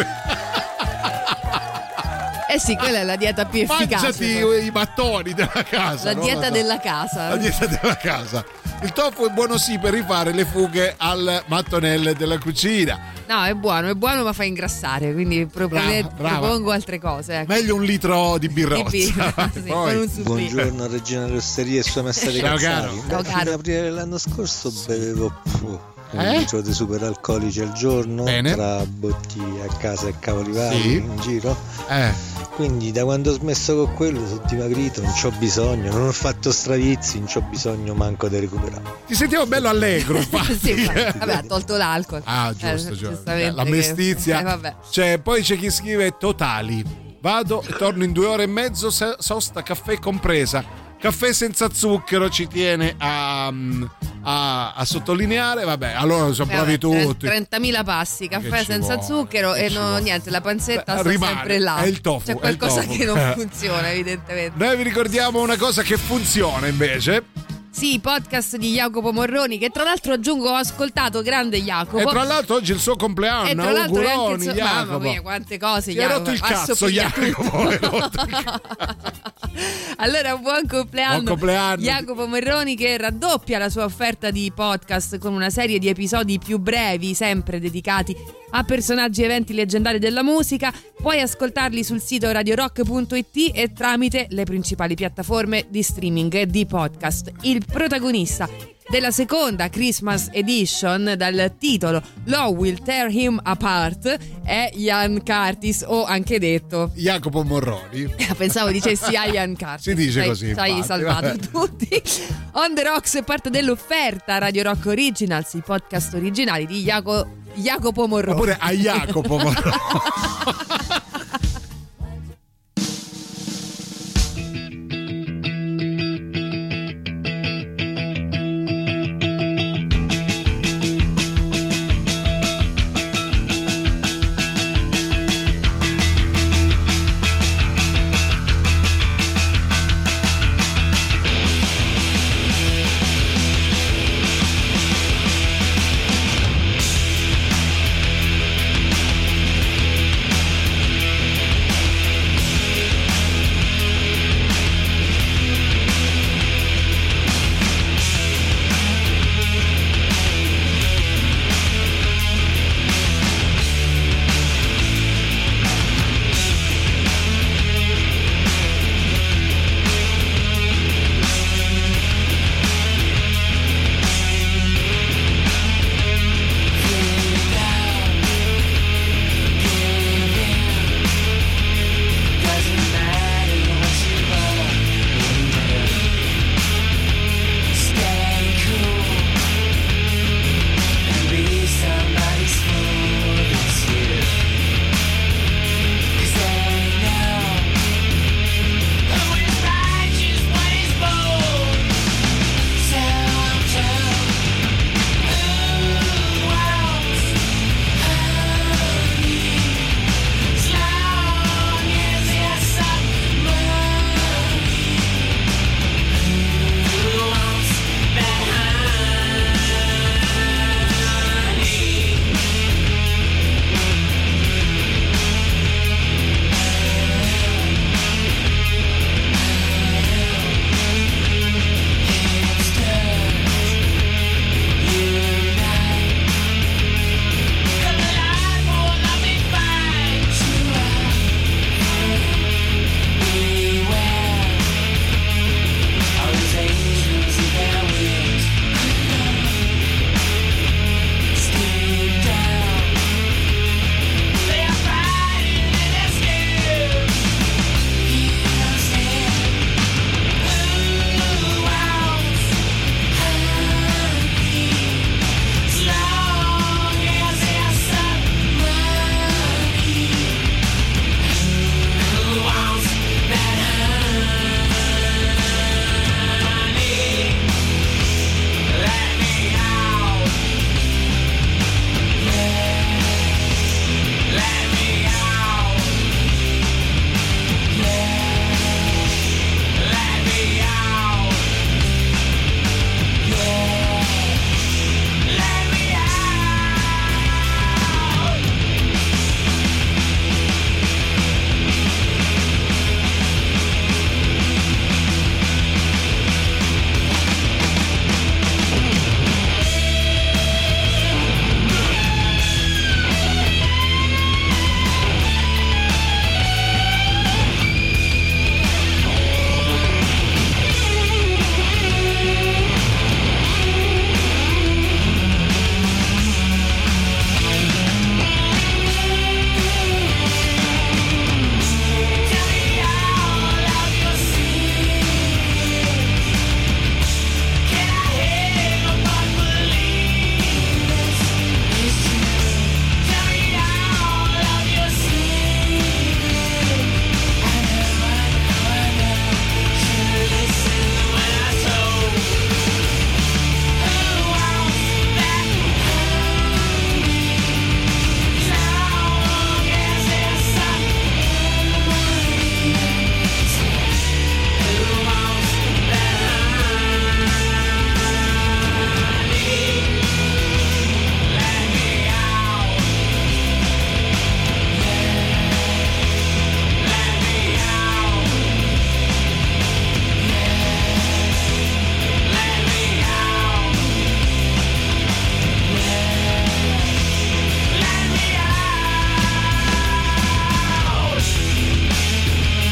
sì, quella è la dieta più efficace. Mangiati i mattoni della casa. La dieta della casa. La dieta della casa. Il tofu è buono per rifare le fughe al mattonelle della cucina. No, è buono, ma fa ingrassare, quindi propongo altre cose. Ecco. Meglio un litro di birrozza. Buongiorno Regina Rosteria e sua maestra Cazzari. Caro. In aprile dell'anno scorso bevevo un litro di superalcolici al giorno, tra bottiglie a casa e cavoli vari in giro. Quindi da quando ho smesso con quello sono dimagrito, non c'ho bisogno, non ho fatto stravizi, non c'ho bisogno manco di recuperare. Ti sentivo bello allegro, infatti. Vabbè, ha tolto l'alcol. Giusto. La mestizia. Poi c'è chi scrive: totali. Vado e torno in 2 ore e mezzo, sosta caffè compresa. Caffè senza zucchero, ci tiene a sottolineare. Vabbè, allora sono bravi tutti. 30.000 passi, caffè senza zucchero e niente, la panzetta sta sempre là. È il tofu. C'è qualcosa che non funziona, evidentemente. Noi vi ricordiamo una cosa che funziona invece. Sì, podcast di Jacopo Morroni, che tra l'altro aggiungo ho ascoltato, grande Jacopo. E tra l'altro oggi è il suo compleanno, e tra l'altro auguroni Jacopo. Mamma mia, quante cose, Jacopo. Hai rotto il cazzo, Jacopo. Allora, buon compleanno Jacopo Morroni, che raddoppia la sua offerta di podcast con una serie di episodi più brevi, sempre dedicati a personaggi e eventi leggendari della musica. Puoi ascoltarli sul sito radiorock.it e tramite le principali piattaforme di streaming e di podcast. Il protagonista della seconda Christmas Edition dal titolo Law Will Tear Him Apart è Ian Curtis, o anche detto Jacopo Morroni. Pensavo dicessi Ian Curtis. Si dice così. Ci hai salvato tutti. On the Rocks è parte dell'offerta Radio Rock Originals, i podcast originali di Jacopo Morroni. Oppure a Jacopo Morroni.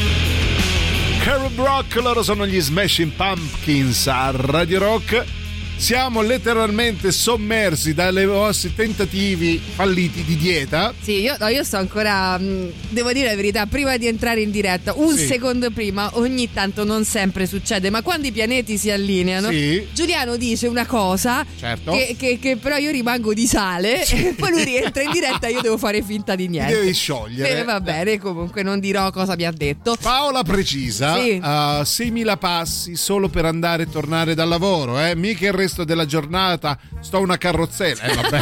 Rock, loro sono gli Smashing Pumpkins a Radio Rock. Siamo letteralmente sommersi dalle vostri tentativi falliti di dieta. Sì, io sto ancora, devo dire la verità, prima di entrare in diretta, un secondo prima, ogni tanto, non sempre succede, ma quando i pianeti si allineano, Giuliano dice una cosa, che però io rimango di sale, e poi lui rientra in diretta e io devo fare finta di niente. Devi sciogliere. Va bene, comunque non dirò cosa mi ha detto. Paola precisa, 6.000 passi solo per andare e tornare dal lavoro, mica il resto della giornata sto una carrozzella,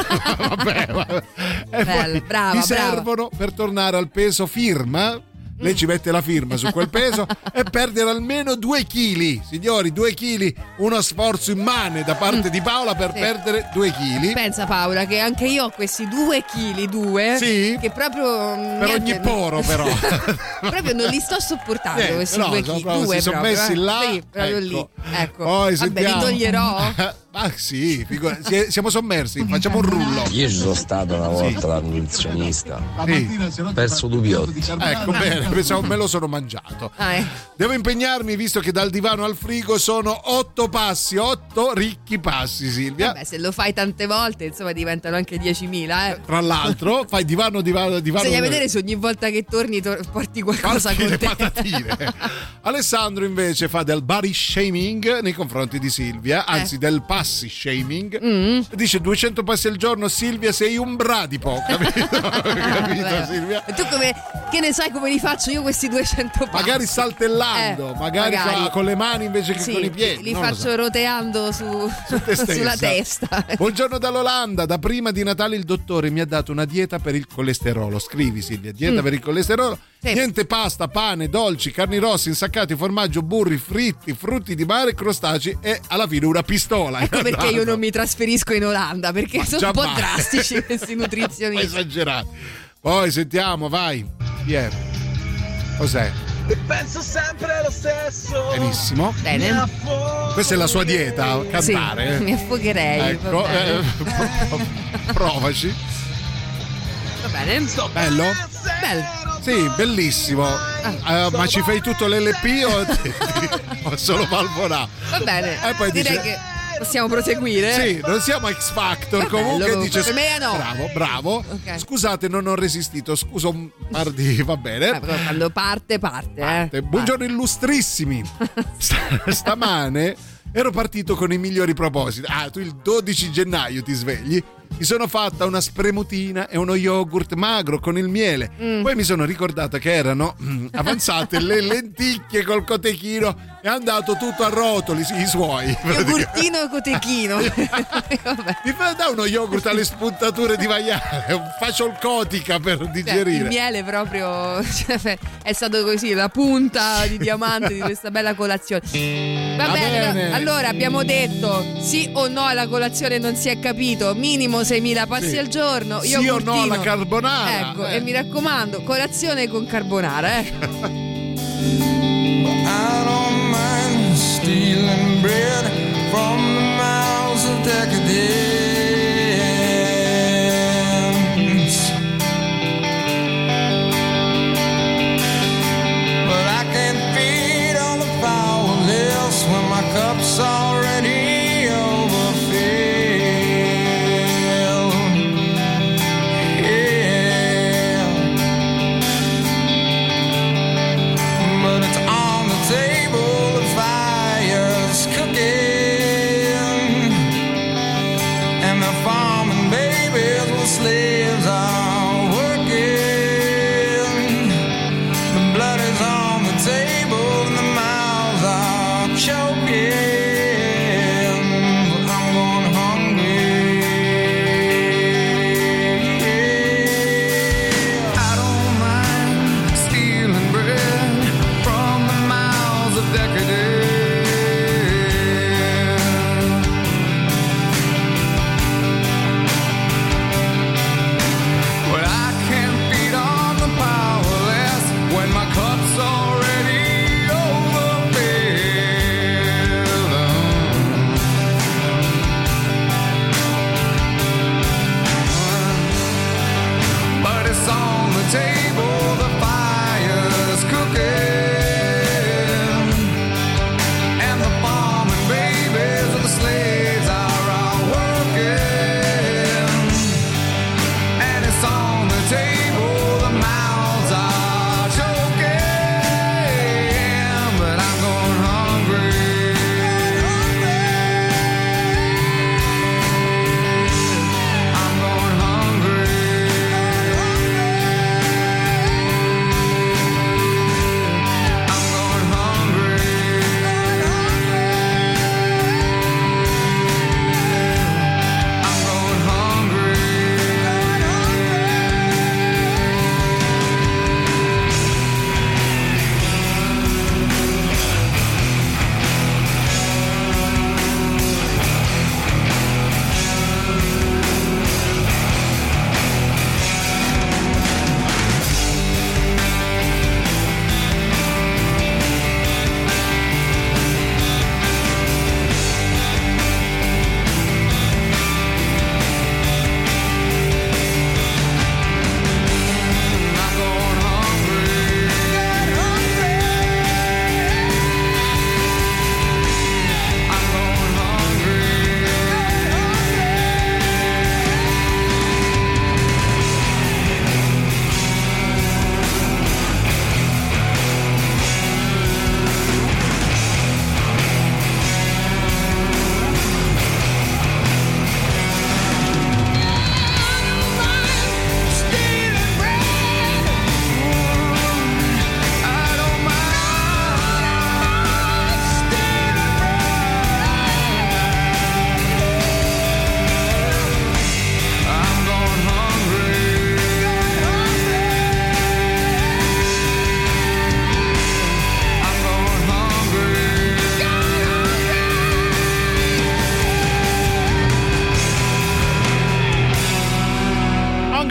vabbè. E poi mi servono per tornare al peso firma. Lei ci mette la firma su quel peso e perdere almeno 2 chili. Signori, 2 chili, uno sforzo immane da parte di Paola per perdere 2 chili. Pensa Paola che anche io ho questi 2 chili, che proprio per ogni poro però proprio non li sto sopportando questi 2 chili. Si sono messi là, proprio lì. Ecco. Poi vabbè, li toglierò. Ah sì, siamo sommersi, facciamo un rullo. Io ci sono stato una volta da nutrizionista, perso 2 piotti. Ecco, bene, pensavo me lo sono mangiato. Devo impegnarmi visto che dal divano al frigo sono 8 passi, 8 ricchi passi, Silvia. Vabbè, se lo fai tante volte, insomma, diventano anche 10.000. Tra l'altro, fai divano. Bisogna vedere se ogni volta che torni porti qualcosa con le te. patatine. Alessandro invece fa del body shaming nei confronti di Silvia, anzi del passi shaming. Dice 200 passi al giorno, Silvia sei un bradipo, capito Silvia? E tu che ne sai come li faccio io questi 200 passi? Magari saltellando, magari. Con le mani invece che con i piedi. Li faccio roteando su te stessa. sulla testa. Buongiorno dall'Olanda, da prima di Natale il dottore mi ha dato una dieta per il colesterolo. Scrivi Silvia, dieta per il colesterolo. Niente pasta, pane, dolci, carni rosse, insaccati, formaggio, burri, fritti, frutti di mare, crostacei e alla fine una pistola. Ecco perché io non mi trasferisco in Olanda, perché sono un po' drastici questi nutrizionisti. Esagerati. Poi sentiamo, vai. Cos'è? E penso sempre lo stesso. Benissimo. Bene. Questa è la sua dieta, cantare. Sì, mi affogherei. Ecco, provaci. Va bene. Bello? Bello. Sì, bellissimo. Ma ci fai tutto l'LP o solo valvolà? Va bene. E poi direi che possiamo proseguire. Sì, non siamo X Factor. Comunque dice per me no. Bravo. Okay. Scusate, non ho resistito. Scusa un par di. Va bene. Quando parte. Buongiorno illustrissimi. Stamane ero partito con i migliori propositi. Tu il 12 gennaio ti svegli. Mi sono fatta una spremutina e uno yogurt magro con il miele. Poi mi sono ricordata che erano avanzate le lenticchie col cotechino e è andato tutto a rotoli, i suoi. Yogurtino e cotechino. Mi dà uno yogurt alle spuntature di maiale, faccio il cotica per digerire. Il miele proprio è stato così, la punta di diamante di questa bella colazione. Va bene. Allora abbiamo detto sì o no alla colazione, non si è capito, minimo 6.000 passi al giorno. Sì o no alla carbonara. Ecco, e mi raccomando, colazione con carbonara. I don't mind stealing bread from the mouths of decadence, but I can't feed on the powerless when my cup's already overfilled. Table, the fire's cooking.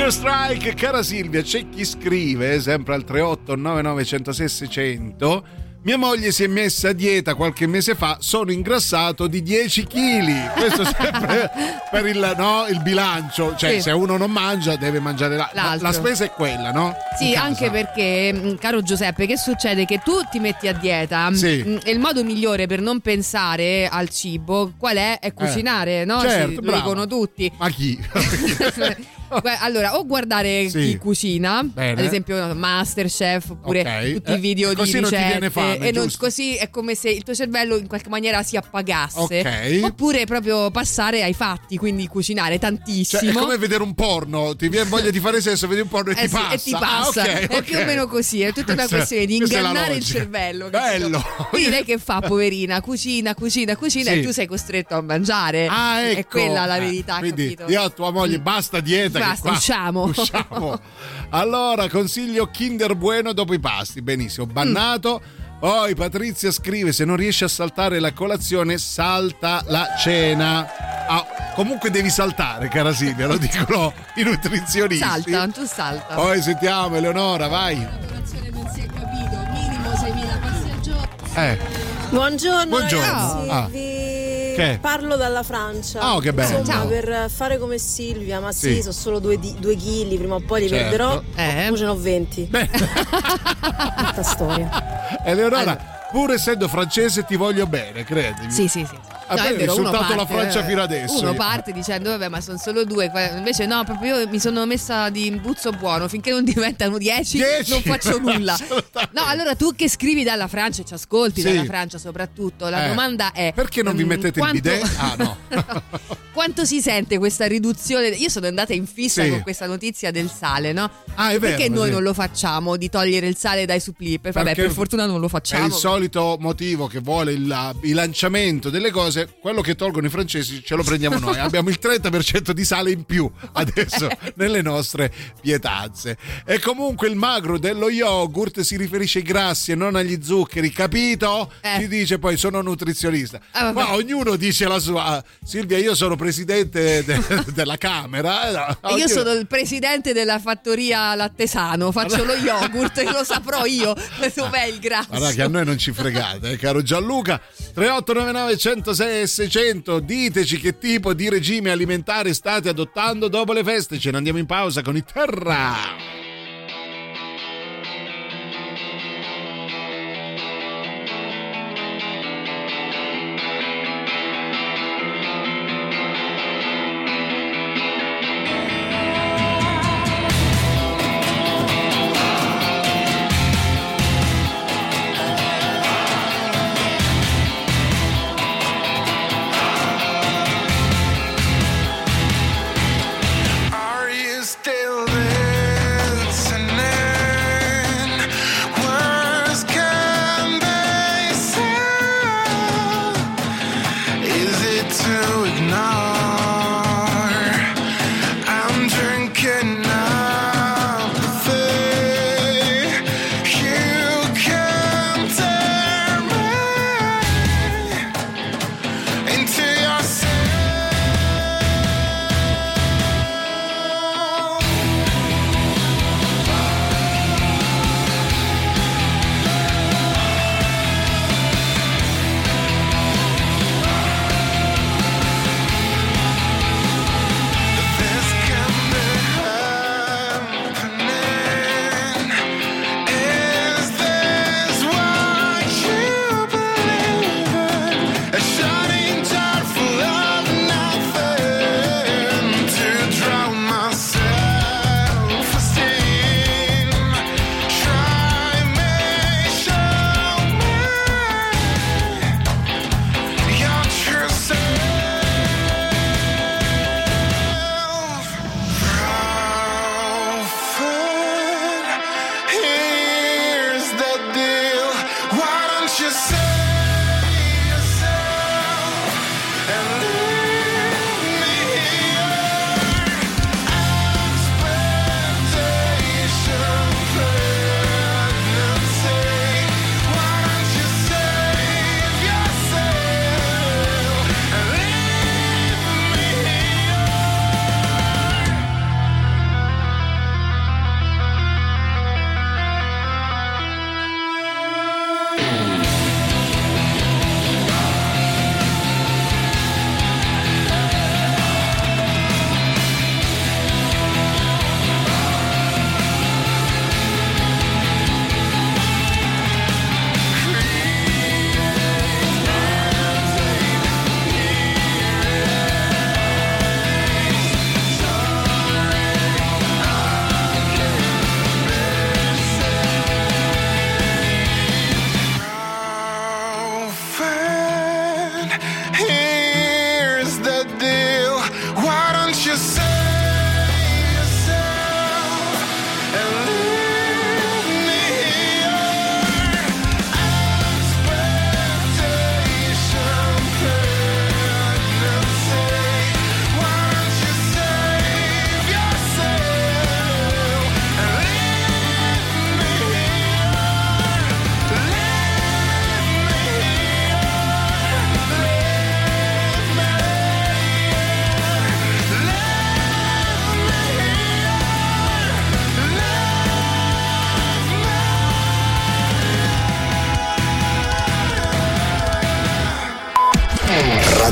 Hunger Strike. Cara Silvia, c'è chi scrive sempre al 38 99 106 600: mia moglie si è messa a dieta qualche mese fa, sono ingrassato di 10 kg. Questo sempre per il bilancio, cioè sì. Se uno non mangia deve mangiare la spesa è quella, no? Sì, anche perché, caro Giuseppe, che succede? Che tu ti metti a dieta, sì. E il modo migliore per non pensare al cibo qual è? È cucinare, no? Certo, lo dicono tutti. Ma chi? Allora, o guardare chi cucina, bene. ad esempio Masterchef, oppure tutti i video di non ti viene ricette, fame, e non, così è come se il tuo cervello in qualche maniera si appagasse. Oppure proprio passare ai fatti, quindi cucinare tantissimo. Cioè, è come vedere un porno, ti viene voglia di fare sesso, vedi un porno e ti passa. E ti passa. Okay. È più o meno così, è tutta una questione di ingannare il cervello. Bello. Quindi lei che fa, poverina? Cucina sì. E tu sei costretto a mangiare. Ecco. È quella la verità, quindi, capito? Io a tua moglie basta dieta. Basta, usciamo. Allora, consiglio Kinder Bueno dopo i pasti. Benissimo, bannato. Poi Patrizia scrive: se non riesci a saltare la colazione, salta la cena. Comunque devi saltare, cara Silvia, lo dicono i nutrizionisti. Tu salta. Poi sentiamo Eleonora, vai. La colazione non si è capito, minimo 6.000 passi al giorno. Buongiorno. Ragazzi. Che? Parlo dalla Francia. Che bello. Insomma, per fare come Silvia, ma sì, sono solo 2 chili, prima o poi li perderò. Poi ce n'ho 20. Questa storia. Eleonora, pur essendo francese ti voglio bene, credimi. Sì. No, è vero, insultato la Francia fino adesso. Uno parte dicendo vabbè, ma sono solo 2. Invece no, proprio io mi sono messa di imbuzzo buono. Finché non diventano 10 non faccio nulla. No, allora tu che scrivi dalla Francia e ci ascolti dalla Francia soprattutto, la domanda è: perché non vi mettete il bidet? No. Quanto si sente questa riduzione? Io sono andata in fissa con questa notizia del sale, no? È vero, perché noi non lo facciamo di togliere il sale dai supplì? Vabbè, per fortuna non lo facciamo. È il solito motivo che vuole il bilanciamento delle cose. Quello che tolgono i francesi ce lo prendiamo noi. Abbiamo il 30% di sale in più adesso nelle nostre pietanze. E comunque il magro dello yogurt si riferisce ai grassi e non agli zuccheri, capito? Ci dice poi: sono nutrizionista. Ma ognuno dice la sua. Silvia, io sono presidente della Camera. E io sono il presidente della fattoria Lattesano, faccio lo yogurt e lo saprò io dov'è il grasso. Guarda che a noi non ci fregate, caro Gianluca. 3899 106 e 600, diteci che tipo di regime alimentare state adottando dopo le feste. Ce ne andiamo in pausa con i Terra. Are you still listening? Words can they say? Is it to ignore? I'm drinking apathy. You can tear me into yourself.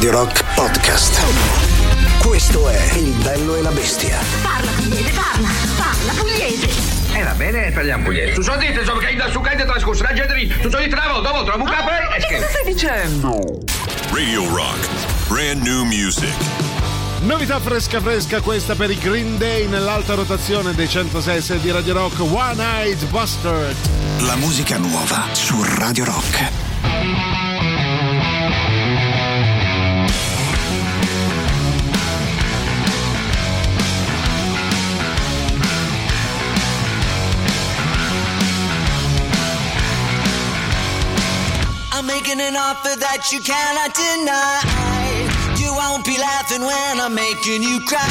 Radio Rock Podcast. Questo è Il bello e la bestia. Parla pugliese, parla pugliese. Va bene, parliamo pugliese. Tu so dite, insomma, che da su cade trascorso la gente tu so di travo, dopo trovo un capo e che cosa stai dicendo? Radio Rock, brand new music. Novità fresca, questa per i Green Day nell'alta rotazione dei 106 di Radio Rock, One Eyed Bastard. La musica nuova su Radio Rock. I'm making an offer that you cannot deny. You won't be laughing when I'm making you cry.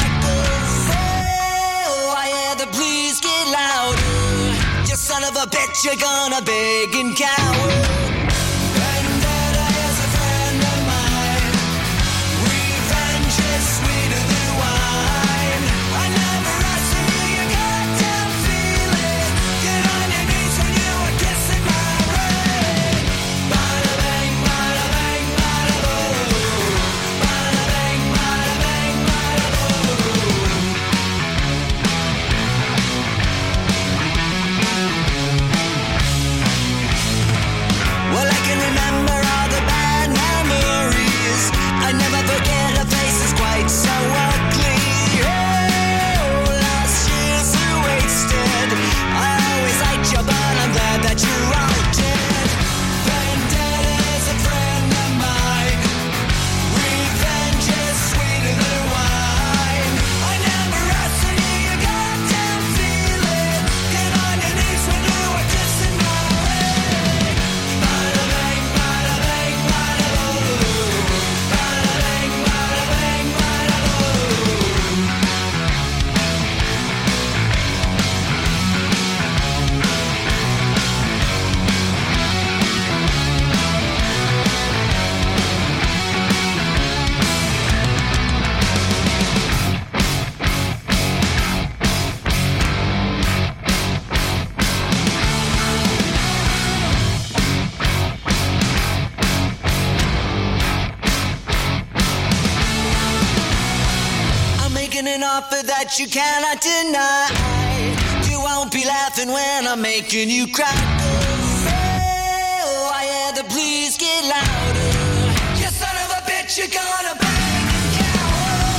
Oh, I hear the please get louder. You son of a bitch, you're gonna beg and cower. Vendetta is a friend of mine. Revenge is sweeter than wine. I never asked you, you goddamn feeling. Get on your knees when you were kissing my ring. Bada bang, bada bang, bada boom. Bada bang, bada bang, bada boom. Well, I can remember all the bad memories. I never forget a face that's quite so ugly. Oh, last year's are wasted. I always liked you, but I'm glad that you're all dead. Vendetta is a friend of mine. Revenge is sweeter than wine. I never asked you, you goddamn feeling. Get on your knees when you were kissing my ring. Bada bang, bada bang, bada boom. Bada bang, bada bang, bada boom. I'm making an offer that you cannot deny. You won't be laughing when I'm making you cry. Oh, I hear the please get louder. You son of a bitch, you're gonna bang and cower.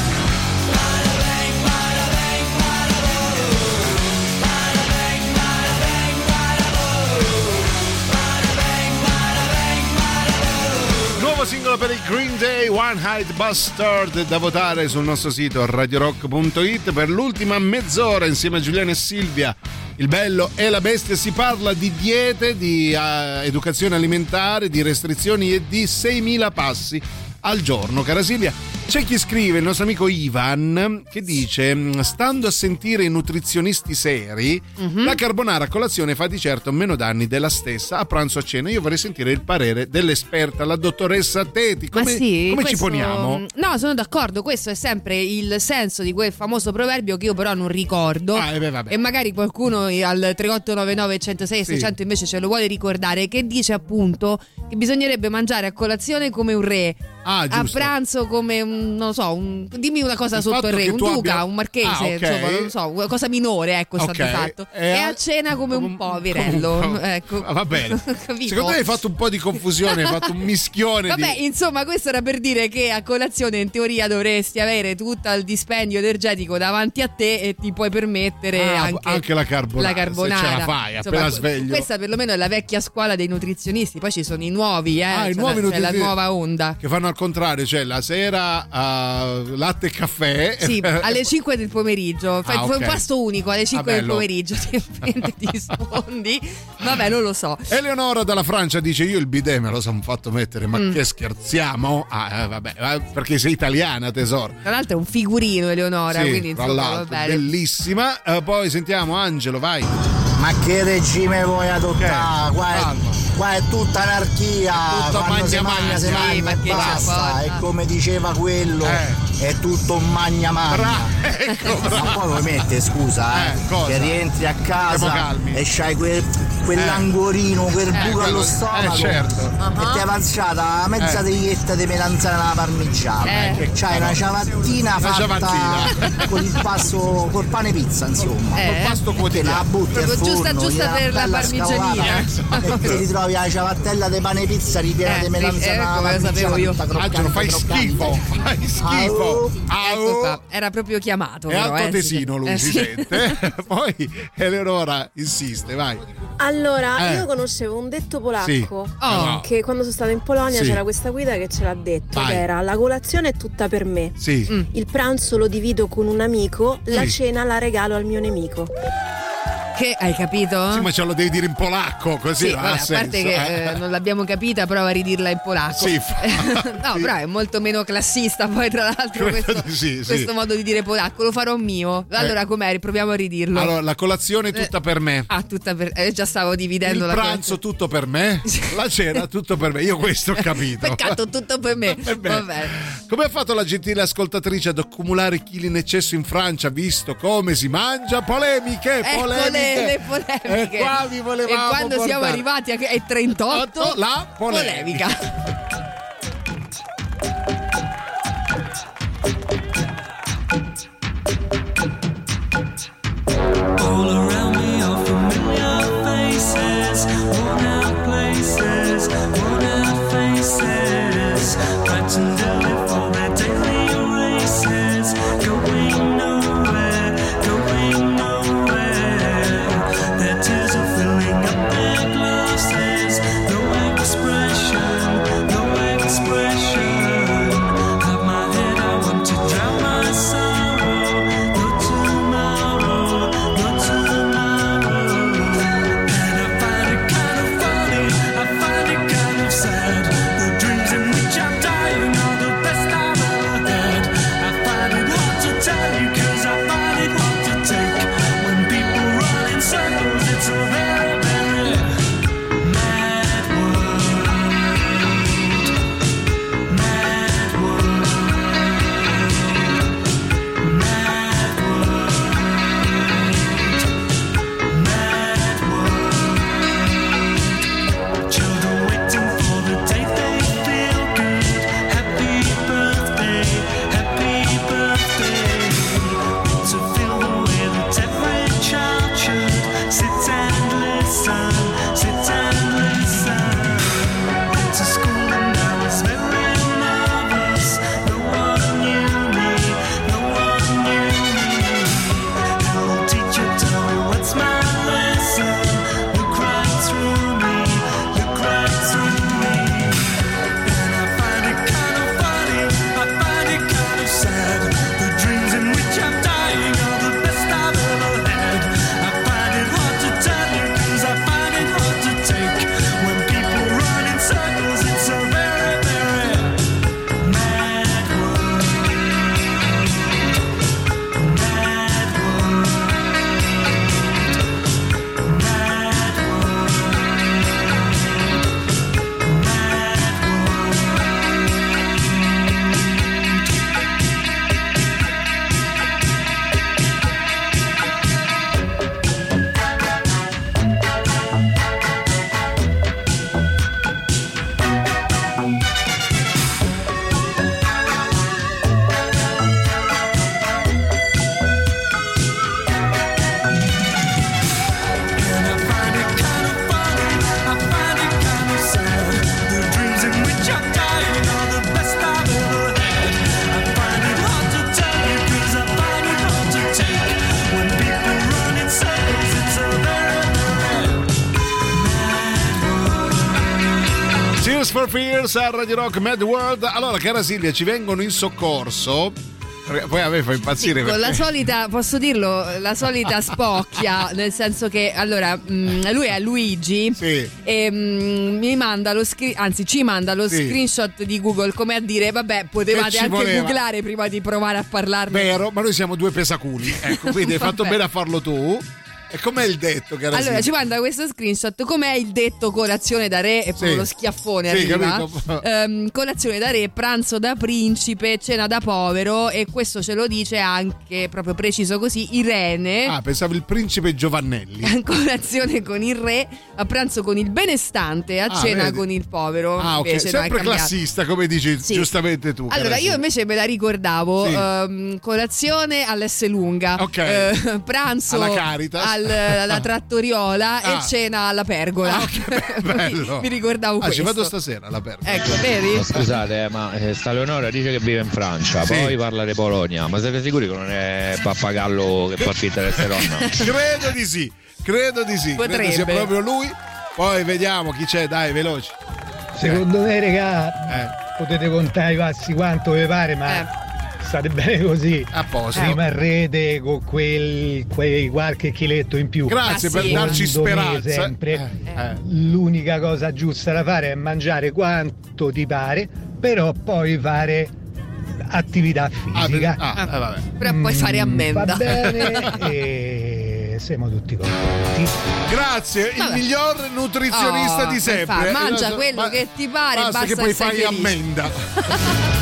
Bada bang, bada bang, bada boom. Bada bang, bada bang, bada boom. Bada bang, bada bang, bada boom. Nuovo singolo per i Green Day, One Eyed Bastard, da votare sul nostro sito radiorock.it per l'ultima mezz'ora insieme a Giuliano e Silvia. Il bello e la bestia, si parla di diete, di educazione alimentare, di restrizioni e di 6.000 passi al giorno. Cara Silvia, c'è chi scrive, il nostro amico Ivan, che dice: stando a sentire i nutrizionisti seri, la carbonara a colazione fa di certo meno danni della stessa a pranzo a cena. Io vorrei sentire il parere dell'esperta, la dottoressa Teti. Come ci poniamo? No, sono d'accordo, questo è sempre il senso di quel famoso proverbio che io però non ricordo, e magari qualcuno al 3899 106 600 invece ce lo vuole ricordare, che dice appunto che bisognerebbe mangiare a colazione come un re, a pranzo come un, non so, dimmi una cosa sotto il re, un duca, un marchese, insomma, non so, una cosa minore, ecco, sta di fatto, e a cena come un poverello, ecco. Va bene. Secondo me hai fatto un po' di confusione, hai fatto un mischione. Vabbè, insomma, questo era per dire che a colazione in teoria dovresti avere tutto il dispendio energetico davanti a te e ti puoi permettere anche la carbonara. Se ce la fai, insomma, appena sveglio. Questa perlomeno è la vecchia scuola dei nutrizionisti, poi ci sono i nuovi, i nuovi c'è la nuova onda che fanno al contrario, cioè la sera latte e caffè. Sì, alle 5 del pomeriggio. Fai un pasto unico alle 5 del pomeriggio. Ti rispondi. Vabbè, non lo so. Eleonora dalla Francia dice: io il bidet me lo sono fatto mettere, ma che scherziamo? Vabbè, perché sei italiana, tesoro. Tra l'altro è un figurino, Eleonora, sì, quindi insomma, va bene. Bellissima. Poi sentiamo Angelo, vai. Ma che regime vuoi adottare? Qua è tutta anarchia, quando si mangia e basta. E come diceva quello, è tutto un magna. Ecco, ma poi vuoi mettere, scusa, che rientri a casa e c'hai quell'angorino, quel buco allo stomaco, certo. e ti è avanzata mezza triglietta di melanzana alla parmigiana. C'hai una ciabattina fatta con il pasto, col pane pizza, insomma. Col pasto quotidiano. La butti al forno, giusta per la parmigianina. E ti ritrovi la ciabattella di pane pizza ripiena di melanzana alla parmigiana. Angelo, fai schifo. Ecco qua. Era proprio chiamato. È altoatesino lui, si sente. Poi Eleonora insiste, vai. Allora, io conoscevo un detto polacco che quando sono stata in Polonia c'era questa guida che ce l'ha detto, che era: la colazione è tutta per me, il pranzo lo divido con un amico, la cena la regalo al mio nemico. Che hai capito? Sì, ma ce lo devi dire in polacco, così sì, vabbè, a parte che non l'abbiamo capita, prova a ridirla in polacco. Sì, no, però è molto meno classista poi, tra l'altro, questo modo di dire polacco. Lo farò mio. Allora com'è? Proviamo a ridirlo. Allora, la colazione è tutta per me. Tutta per già stavo dividendo il pranzo tutto per me, la cena tutto per me. Io questo ho capito. Peccato, tutto per me. Vabbè. Come ha fatto la gentile ascoltatrice ad accumulare chili in eccesso in Francia, visto come si mangia? Polemiche. Le polemiche. E qua vi volevamo e quando portare. siamo arrivati ai 38 la polemica. All around me are familiar faces, worn out places, worn out faces, fighting daily for their daily races, going nowhere, going nowhere. Their tears are filling up their glasses, no expression, no expression. Have my head, I want to drown my sorrow, no tomorrow, no tomorrow. And I find it kind of funny, I find it kind of sad. The dreams in which I'm dying are the best I've ever had. I find it hard to tell you, cause I find it hard to take. When people run in circles, it's a very, very mad world. Mad world. Mad world. Mad world. Children waiting for the day they feel good. Happy birthday, happy birthday. To feel the way that every child should. Sit and listen, sit and listen. Went to school and I was very nervous. No one knew me, no one knew me. Hello teacher, tell me what's my lesson. Look right through me, look right through me. And I find it kind of funny, I find it kind of sad. The dreams in which I'm dying are the best I've ever had. I find it hard to tell you, cause I find it hard to take. When people run in circles, it's a very, very mad world. Mad world. Mad And I find it kind of funny, I find it kind of sad. The dreams in which I'm dying are the best I've ever had. I find it hard to tell you, cause I find it hard to take. When people run in circles, it's a very, very mad world. Tears for Fears a Radio Rock Mad World. Allora, cara Silvia, ci vengono in soccorso. Poi a me fa impazzire con la solita, posso dirlo, la solita spocchia, nel senso che allora lui è Luigi e mi manda ci manda lo screenshot di Google, come a dire vabbè, potevate anche googlare prima di provare a parlarne. Vero, ma noi siamo due pesaculi, ecco, quindi hai fatto bene a farlo tu. E com'è il detto, cara? Allora ci manda questo screenshot. Com'è il detto colazione da re? E poi lo schiaffone arriva. Colazione da re, pranzo da principe, cena da povero. E questo ce lo dice anche, proprio preciso così, Irene. Ah, pensavo il principe Giovannelli. Colazione con il re, a pranzo con il benestante, a cena vedi. con il povero. Ah, ok, invece, sempre classista, come dici giustamente tu. Allora, io invece me la ricordavo. Colazione all'S lunga, pranzo alla Caritas, alla trattoriola e cena alla pergola. Bello. Mi ricordavo questo. Ci vado stasera alla pergola. Ecco, vedi? Ma scusate, ma sta Leonora dice che vive in Francia, poi parla di Polonia, ma siete sicuri che non è pappagallo che fa finta di essere donna? Credo di sì. Potrebbe. Credo sia proprio lui. Poi vediamo chi c'è, dai, veloci. Secondo me, regà, potete contare i passi quanto vi pare, ma state bene così. A posto. Rimarrete con quei qualche chiletto in più. Grazie per darci speranza. Sempre. L'unica cosa giusta da fare è mangiare quanto ti pare, però poi fare attività fisica. Vabbè. Però puoi fare ammenda. Va bene e siamo tutti contenti. Grazie, il miglior nutrizionista di sempre. Mangia quello che ti pare, basta che poi fai fai ammenda.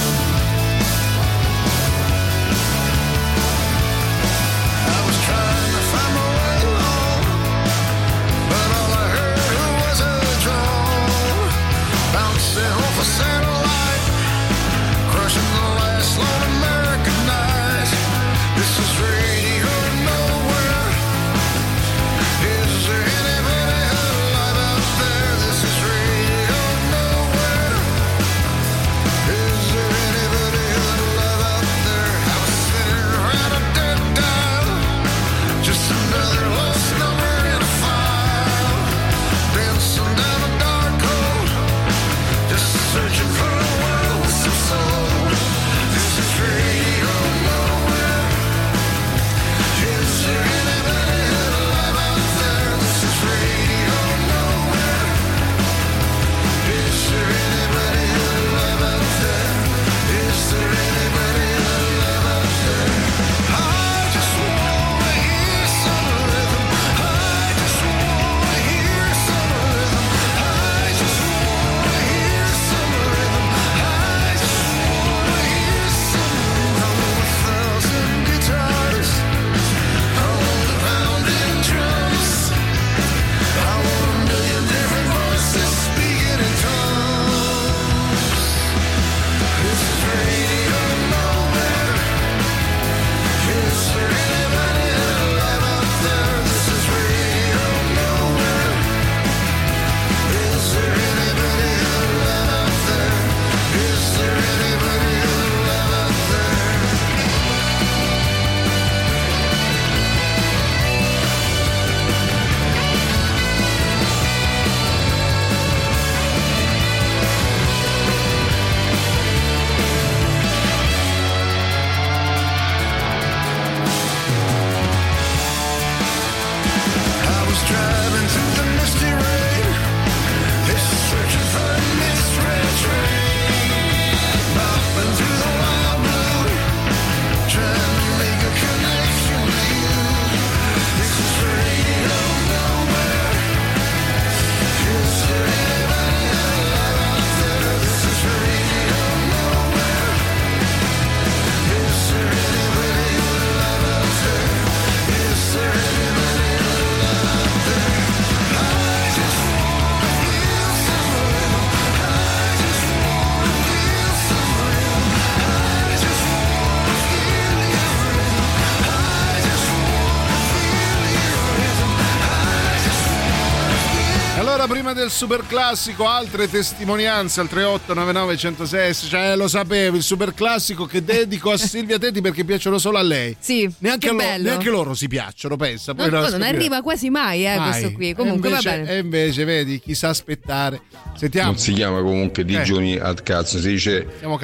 Prima del super classico, altre testimonianze al 3899 106. Cioè, lo sapevo, il super classico che dedico a Silvia Teti perché piacciono solo a lei. Sì, neanche loro si piacciono, pensa. Poi non arriva quasi mai, questo qui. Comunque invece, va bene. E invece, vedi, chi sa aspettare. Sentiamo. Non si chiama comunque digiuni ad cazzo, si dice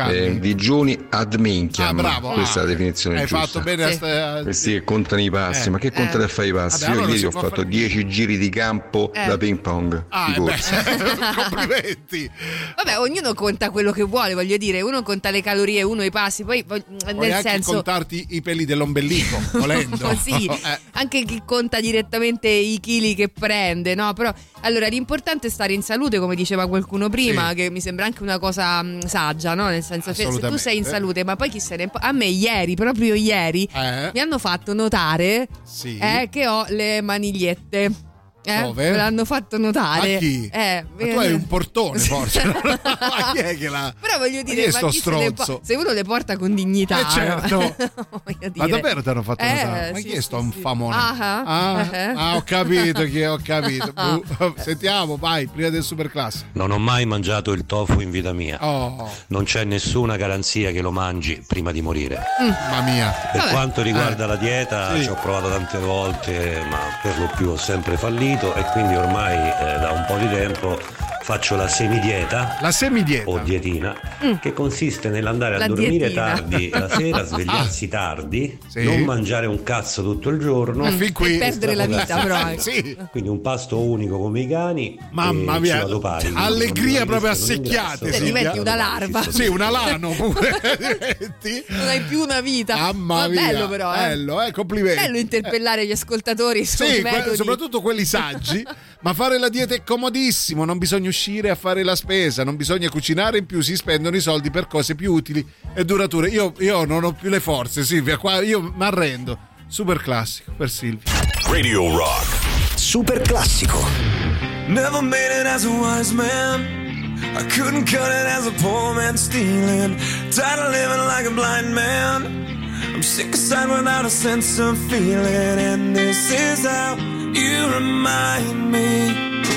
digiuni ad minchiam. Bravo. Questa è la definizione giusta. Hai fatto bene. Questi che contano i passi, ma che contano a fare i passi? Io ieri ho fatto 10 giri di campo da ping pong. Complimenti. Vabbè, ognuno conta quello che vuole, voglio dire, uno conta le calorie, uno i passi, poi Puoi nel anche senso contarti i peli dell'ombelico, volendo. sì, anche chi conta direttamente i chili che prende, no? Però allora l'importante è stare in salute, come diceva qualcuno prima, che mi sembra anche una cosa saggia, no? Nel senso, se tu sei in salute, ma poi chi se ne a me proprio ieri mi hanno fatto notare che ho le manigliette. Dove? Me l'hanno fatto notare. A chi? Ma tu hai un portone, forse. Ma chi è che l'ha? Però voglio dire, ma chi se uno le porta con dignità. Certo. Ma davvero ti hanno fatto notare? Ma chi è sto infamone? Ho capito chi è, ho capito. Sentiamo, vai, prima del superclasse. Non ho mai mangiato il tofu in vita mia. Non c'è nessuna garanzia che lo mangi prima di morire. Mamma mia. Per quanto riguarda la dieta, ci ho provato tante volte, ma per lo più ho sempre fallito. E quindi ormai da un po' di tempo faccio la semidieta o dietina, che consiste nell'andare a dormire tardi la sera, svegliarsi tardi, non mangiare un cazzo tutto il giorno e perdere la vita però. Quindi un pasto unico come i cani. Mamma mia, pari, allegria proprio a secchiate. Te diventi una larva. Sì, una lano pure. Non hai più una vita. Mamma mia, bello però. Bello, complimenti. Bello interpellare gli ascoltatori sui metodi. Soprattutto quelli saggi. Ma fare la dieta è comodissimo, non bisogna uscire a fare la spesa, non bisogna cucinare, in più si spendono i soldi per cose più utili e durature. Io non ho più le forze, Silvia, qua io mi arrendo. Super classico per Silvia. Radio Rock. Super classico. Never made it as a wise man. I couldn't cut it as a poor man stealing. Tired of living like a blind man. I'm sick aside without a sense of feeling. And this is how you remind me.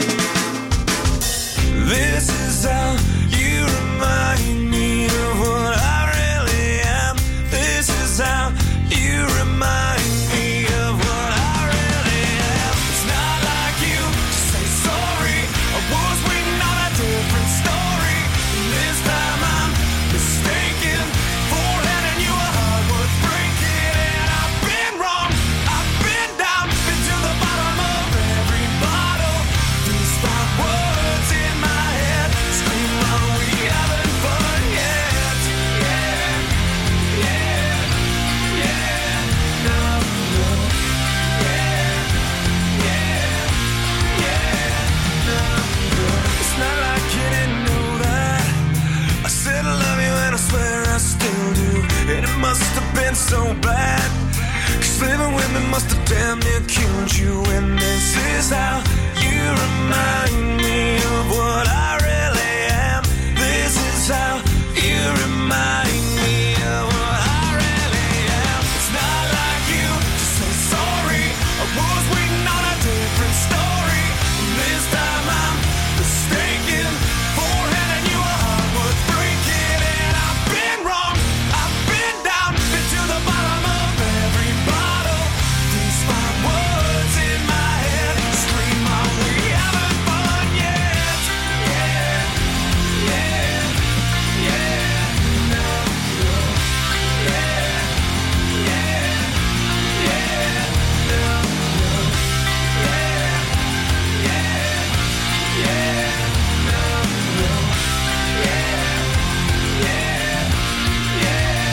This is how you remind me of what I really am. This is how you remind me of what I really am. It's not like you to say sorry. I was waiting on a different story. This time I'm mistaken for handing you a heart worth breaking. And I've been wrong, I've been down, been to the bottom of every bottle. These five words in my head scream, are we having fun yet? Yeah, yeah, yeah, no, no. Yeah, yeah, yeah, no, no. It's not like you didn't know that I said I love you and I swear I still do. And it must have been so bad, 'cause living with me must have damn near killed you. And this is how you remind me of what I really am. This is how you remind me of what I really am. It's not like you to say sorry. I was waiting on a different story. This time I'm mistaken for handing you a heart worth breaking. And I've been wrong, I've been down, been to the bottom of every bottle. These five words in my head scream, are we having fun yet? Yeah, yeah, yeah, no, no. Yeah, yeah, yeah, no, no. Yeah, yeah, yeah, no, no. Yeah, yeah, yeah,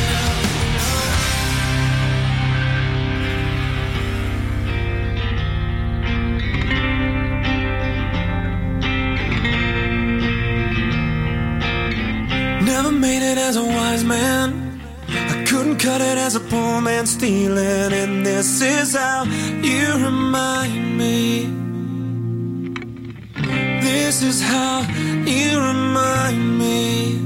never made it as a wise man. I couldn't cut it as a poor man stealing. And this is how you remind me. This is how you remind me.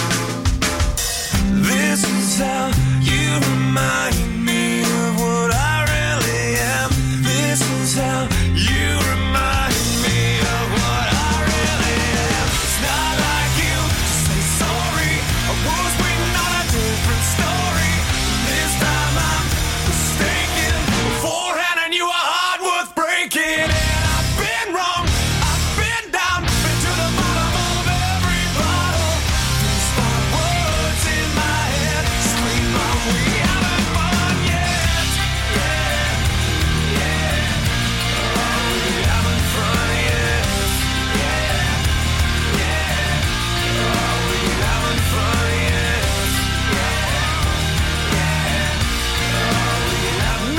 This is how you remind me of what I really am. This is how you remind me of what I really am. It's not like you to say sorry. I was waiting on a different story. This time I'm mistaken for handing you a heart worth breaking. And I've been wrong, I've been down, been to the bottom of every bottle. These five words in my head scream,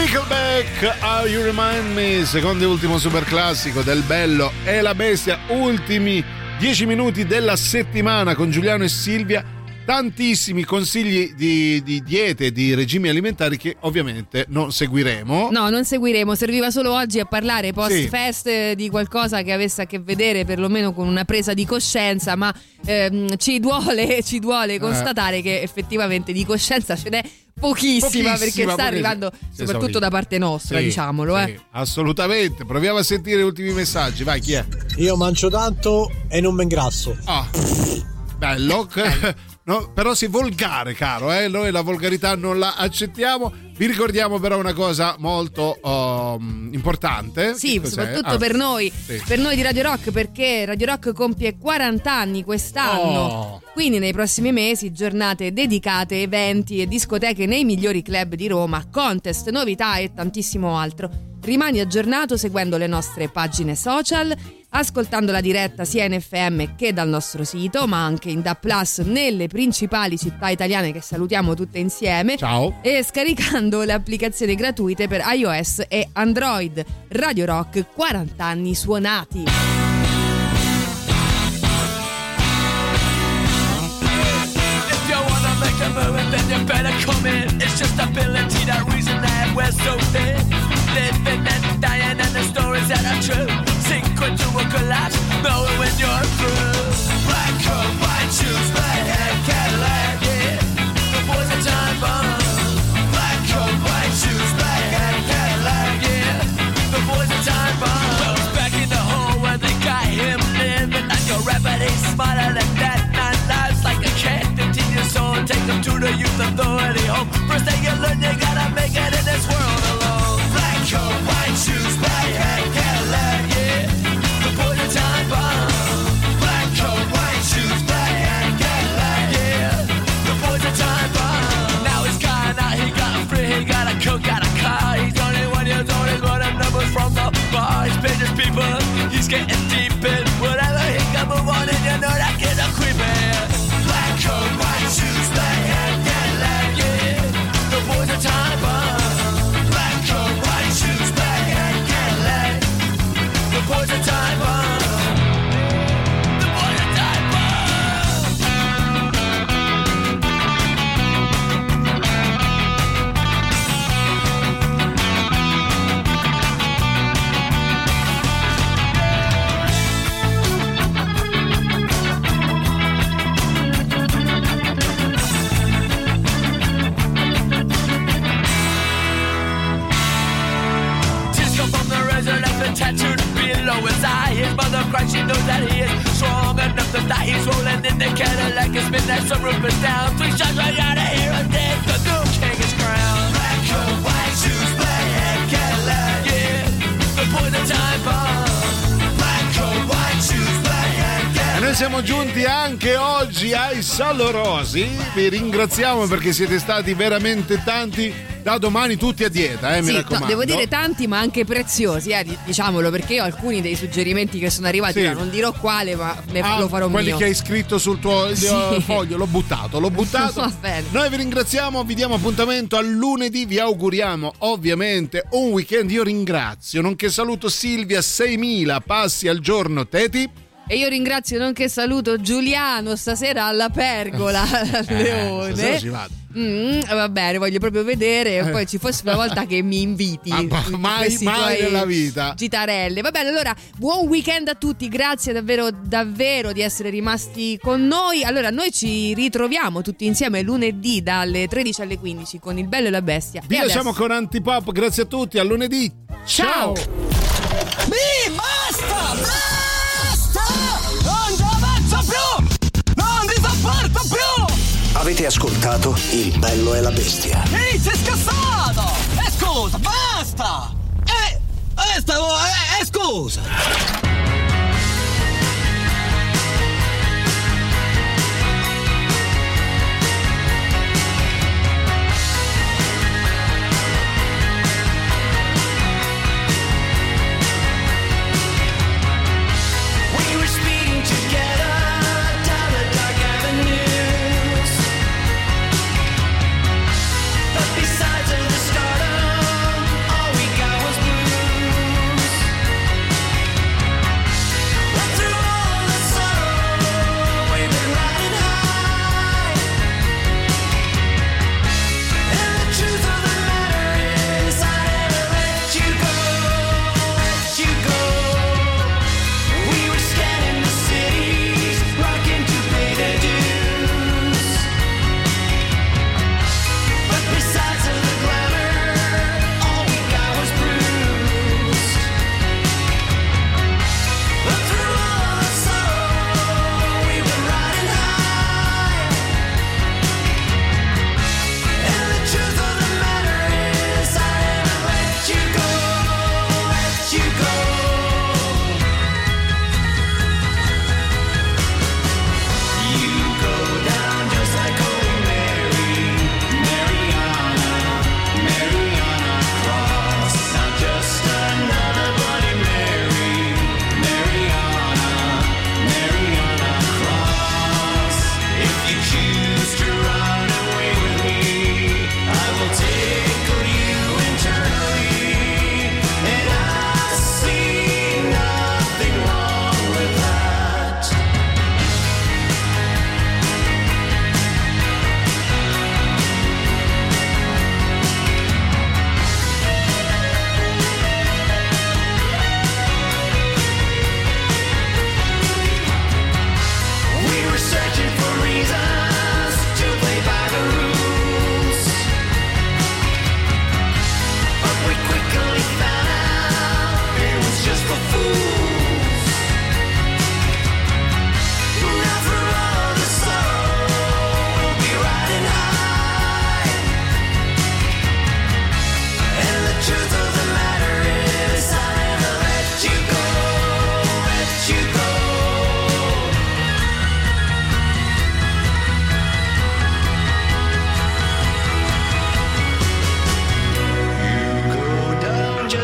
Nickelback, How You Remind Me, secondo e ultimo super classico del Bello e la Bestia. Ultimi 10 minuti della settimana con Giuliano e Silvia. Tantissimi consigli di diete, di regimi alimentari che ovviamente non seguiremo. No, non seguiremo, serviva solo oggi a parlare post fest di qualcosa che avesse a che vedere perlomeno con una presa di coscienza, ma ci duole constatare che effettivamente di coscienza ce n'è pochissima perché sta arrivando soprattutto da parte nostra, diciamolo. Assolutamente, proviamo a sentire gli ultimi messaggi, vai, chi è? Io mangio tanto e non mi ingrasso. Bello. No, però sei volgare, caro, noi la volgarità non la accettiamo. Vi ricordiamo però una cosa molto importante. Sì, soprattutto per noi di Radio Rock, perché Radio Rock compie 40 anni quest'anno. Quindi nei prossimi mesi giornate dedicate, eventi e discoteche nei migliori club di Roma, contest, novità e tantissimo altro. Rimani aggiornato seguendo le nostre pagine social, ascoltando la diretta sia in FM che dal nostro sito, ma anche in DAB+ nelle principali città italiane che salutiamo tutte insieme. Ciao. E scaricando le applicazioni gratuite per iOS e Android. Radio Rock, 40 anni suonati. Then you better come in. It's just ability, that reason that we're so thin. Living and dying and the stories that are true. Sink into a collapse, knowing when you're through. Black coat, white shoes, red hair, Cadillac, yeah. The boys are time bomb. Black coat, white shoes, red hair, Cadillac, yeah. The boys are time bomb. Well, it's back in the hole where they got him living like a rapper. He's smarter than that. 9 lives like a cat. Take them to the youth authority home. First thing you learn, you gotta make it in this world alone. Black coat, white shoes, black hat, Cadillac, yeah. The boys are time bomb. Black coat, white shoes, black hat, Cadillac, yeah. The boys are time bomb. Now he's gone out, he got free, he got a coat, got a car. He's 21 years old, he's running numbers from the bar. He's paying his people, he's getting deep in whatever he can move on, and you know that kid's a creepy. Black coat, white shoes, black hat, Cadillac, yeah. The boys are time bomb. Black coat, white shoes, black hat, Cadillac. The boys are time bomb. The boys are time tattooed below his eye. His mother cries, she knows that he is strong enough to die. He's rolling in the Cadillac, it's midnight, some roof is down. 3 shots right out of here and dead, the new king is crowned. Black coat, white shoes, black hat, Cadillac, yeah. The boys are time bomb. Black coat, white shoes, black hat, Cadillac. E noi siamo giunti anche oggi ai Salorosi. Vi ringraziamo perché siete stati veramente tanti. Da domani tutti a dieta, mi raccomando. No, devo dire tanti ma anche preziosi, diciamolo, perché io ho alcuni dei suggerimenti che sono arrivati, non dirò quale, ma lo farò quelli mio. Che hai scritto sul tuo foglio, l'ho buttato. Va bene. Noi vi ringraziamo, vi diamo appuntamento a lunedì, vi auguriamo ovviamente un weekend. Io ringrazio, nonché saluto Silvia, 6.000 passi al giorno, Teti. E io ringrazio, nonché saluto Giuliano stasera alla Pergola al Leone. Ci vado. Va bene, voglio proprio vedere. E poi ci fosse una volta che mi inviti. Mai nella vita. Gitarelle. Va bene, allora buon weekend a tutti. Grazie davvero di essere rimasti con noi. Allora, noi ci ritroviamo tutti insieme lunedì dalle 13 alle 15 con Il Bello e la Bestia. Vi lasciamo con Antipop. Grazie a tutti. A lunedì. Ciao. Basta! Non ci avanzo più! Non ti sopporto più! Avete ascoltato Il Bello e la Bestia? Ehi, sei scassato! Scusa, basta! Scusa!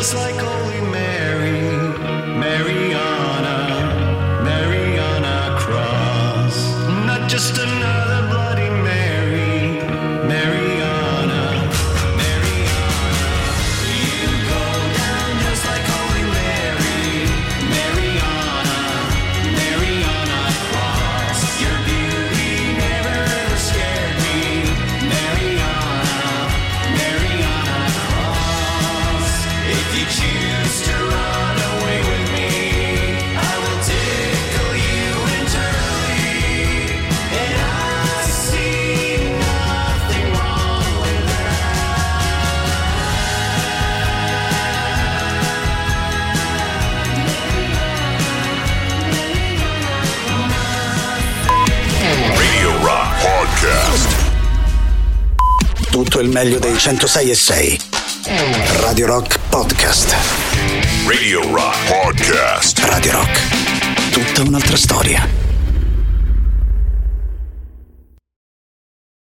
just like Holy Mary, Mariana, Mariana Cross. Not just another Bloody Mary, Mariana, Mariana. You go down just like Holy Mary, Mariana, Mariana Cross. Your beauty never ever scared me, Mariana, Mariana Cross. If you choose to run away with me, I will tickle you internally, and I see nothing wrong with Radio Rock Podcast. Tutto il meglio dei 106.6. Radio Rock Podcast. Radio Rock Podcast. Radio Rock. Tutta un'altra storia.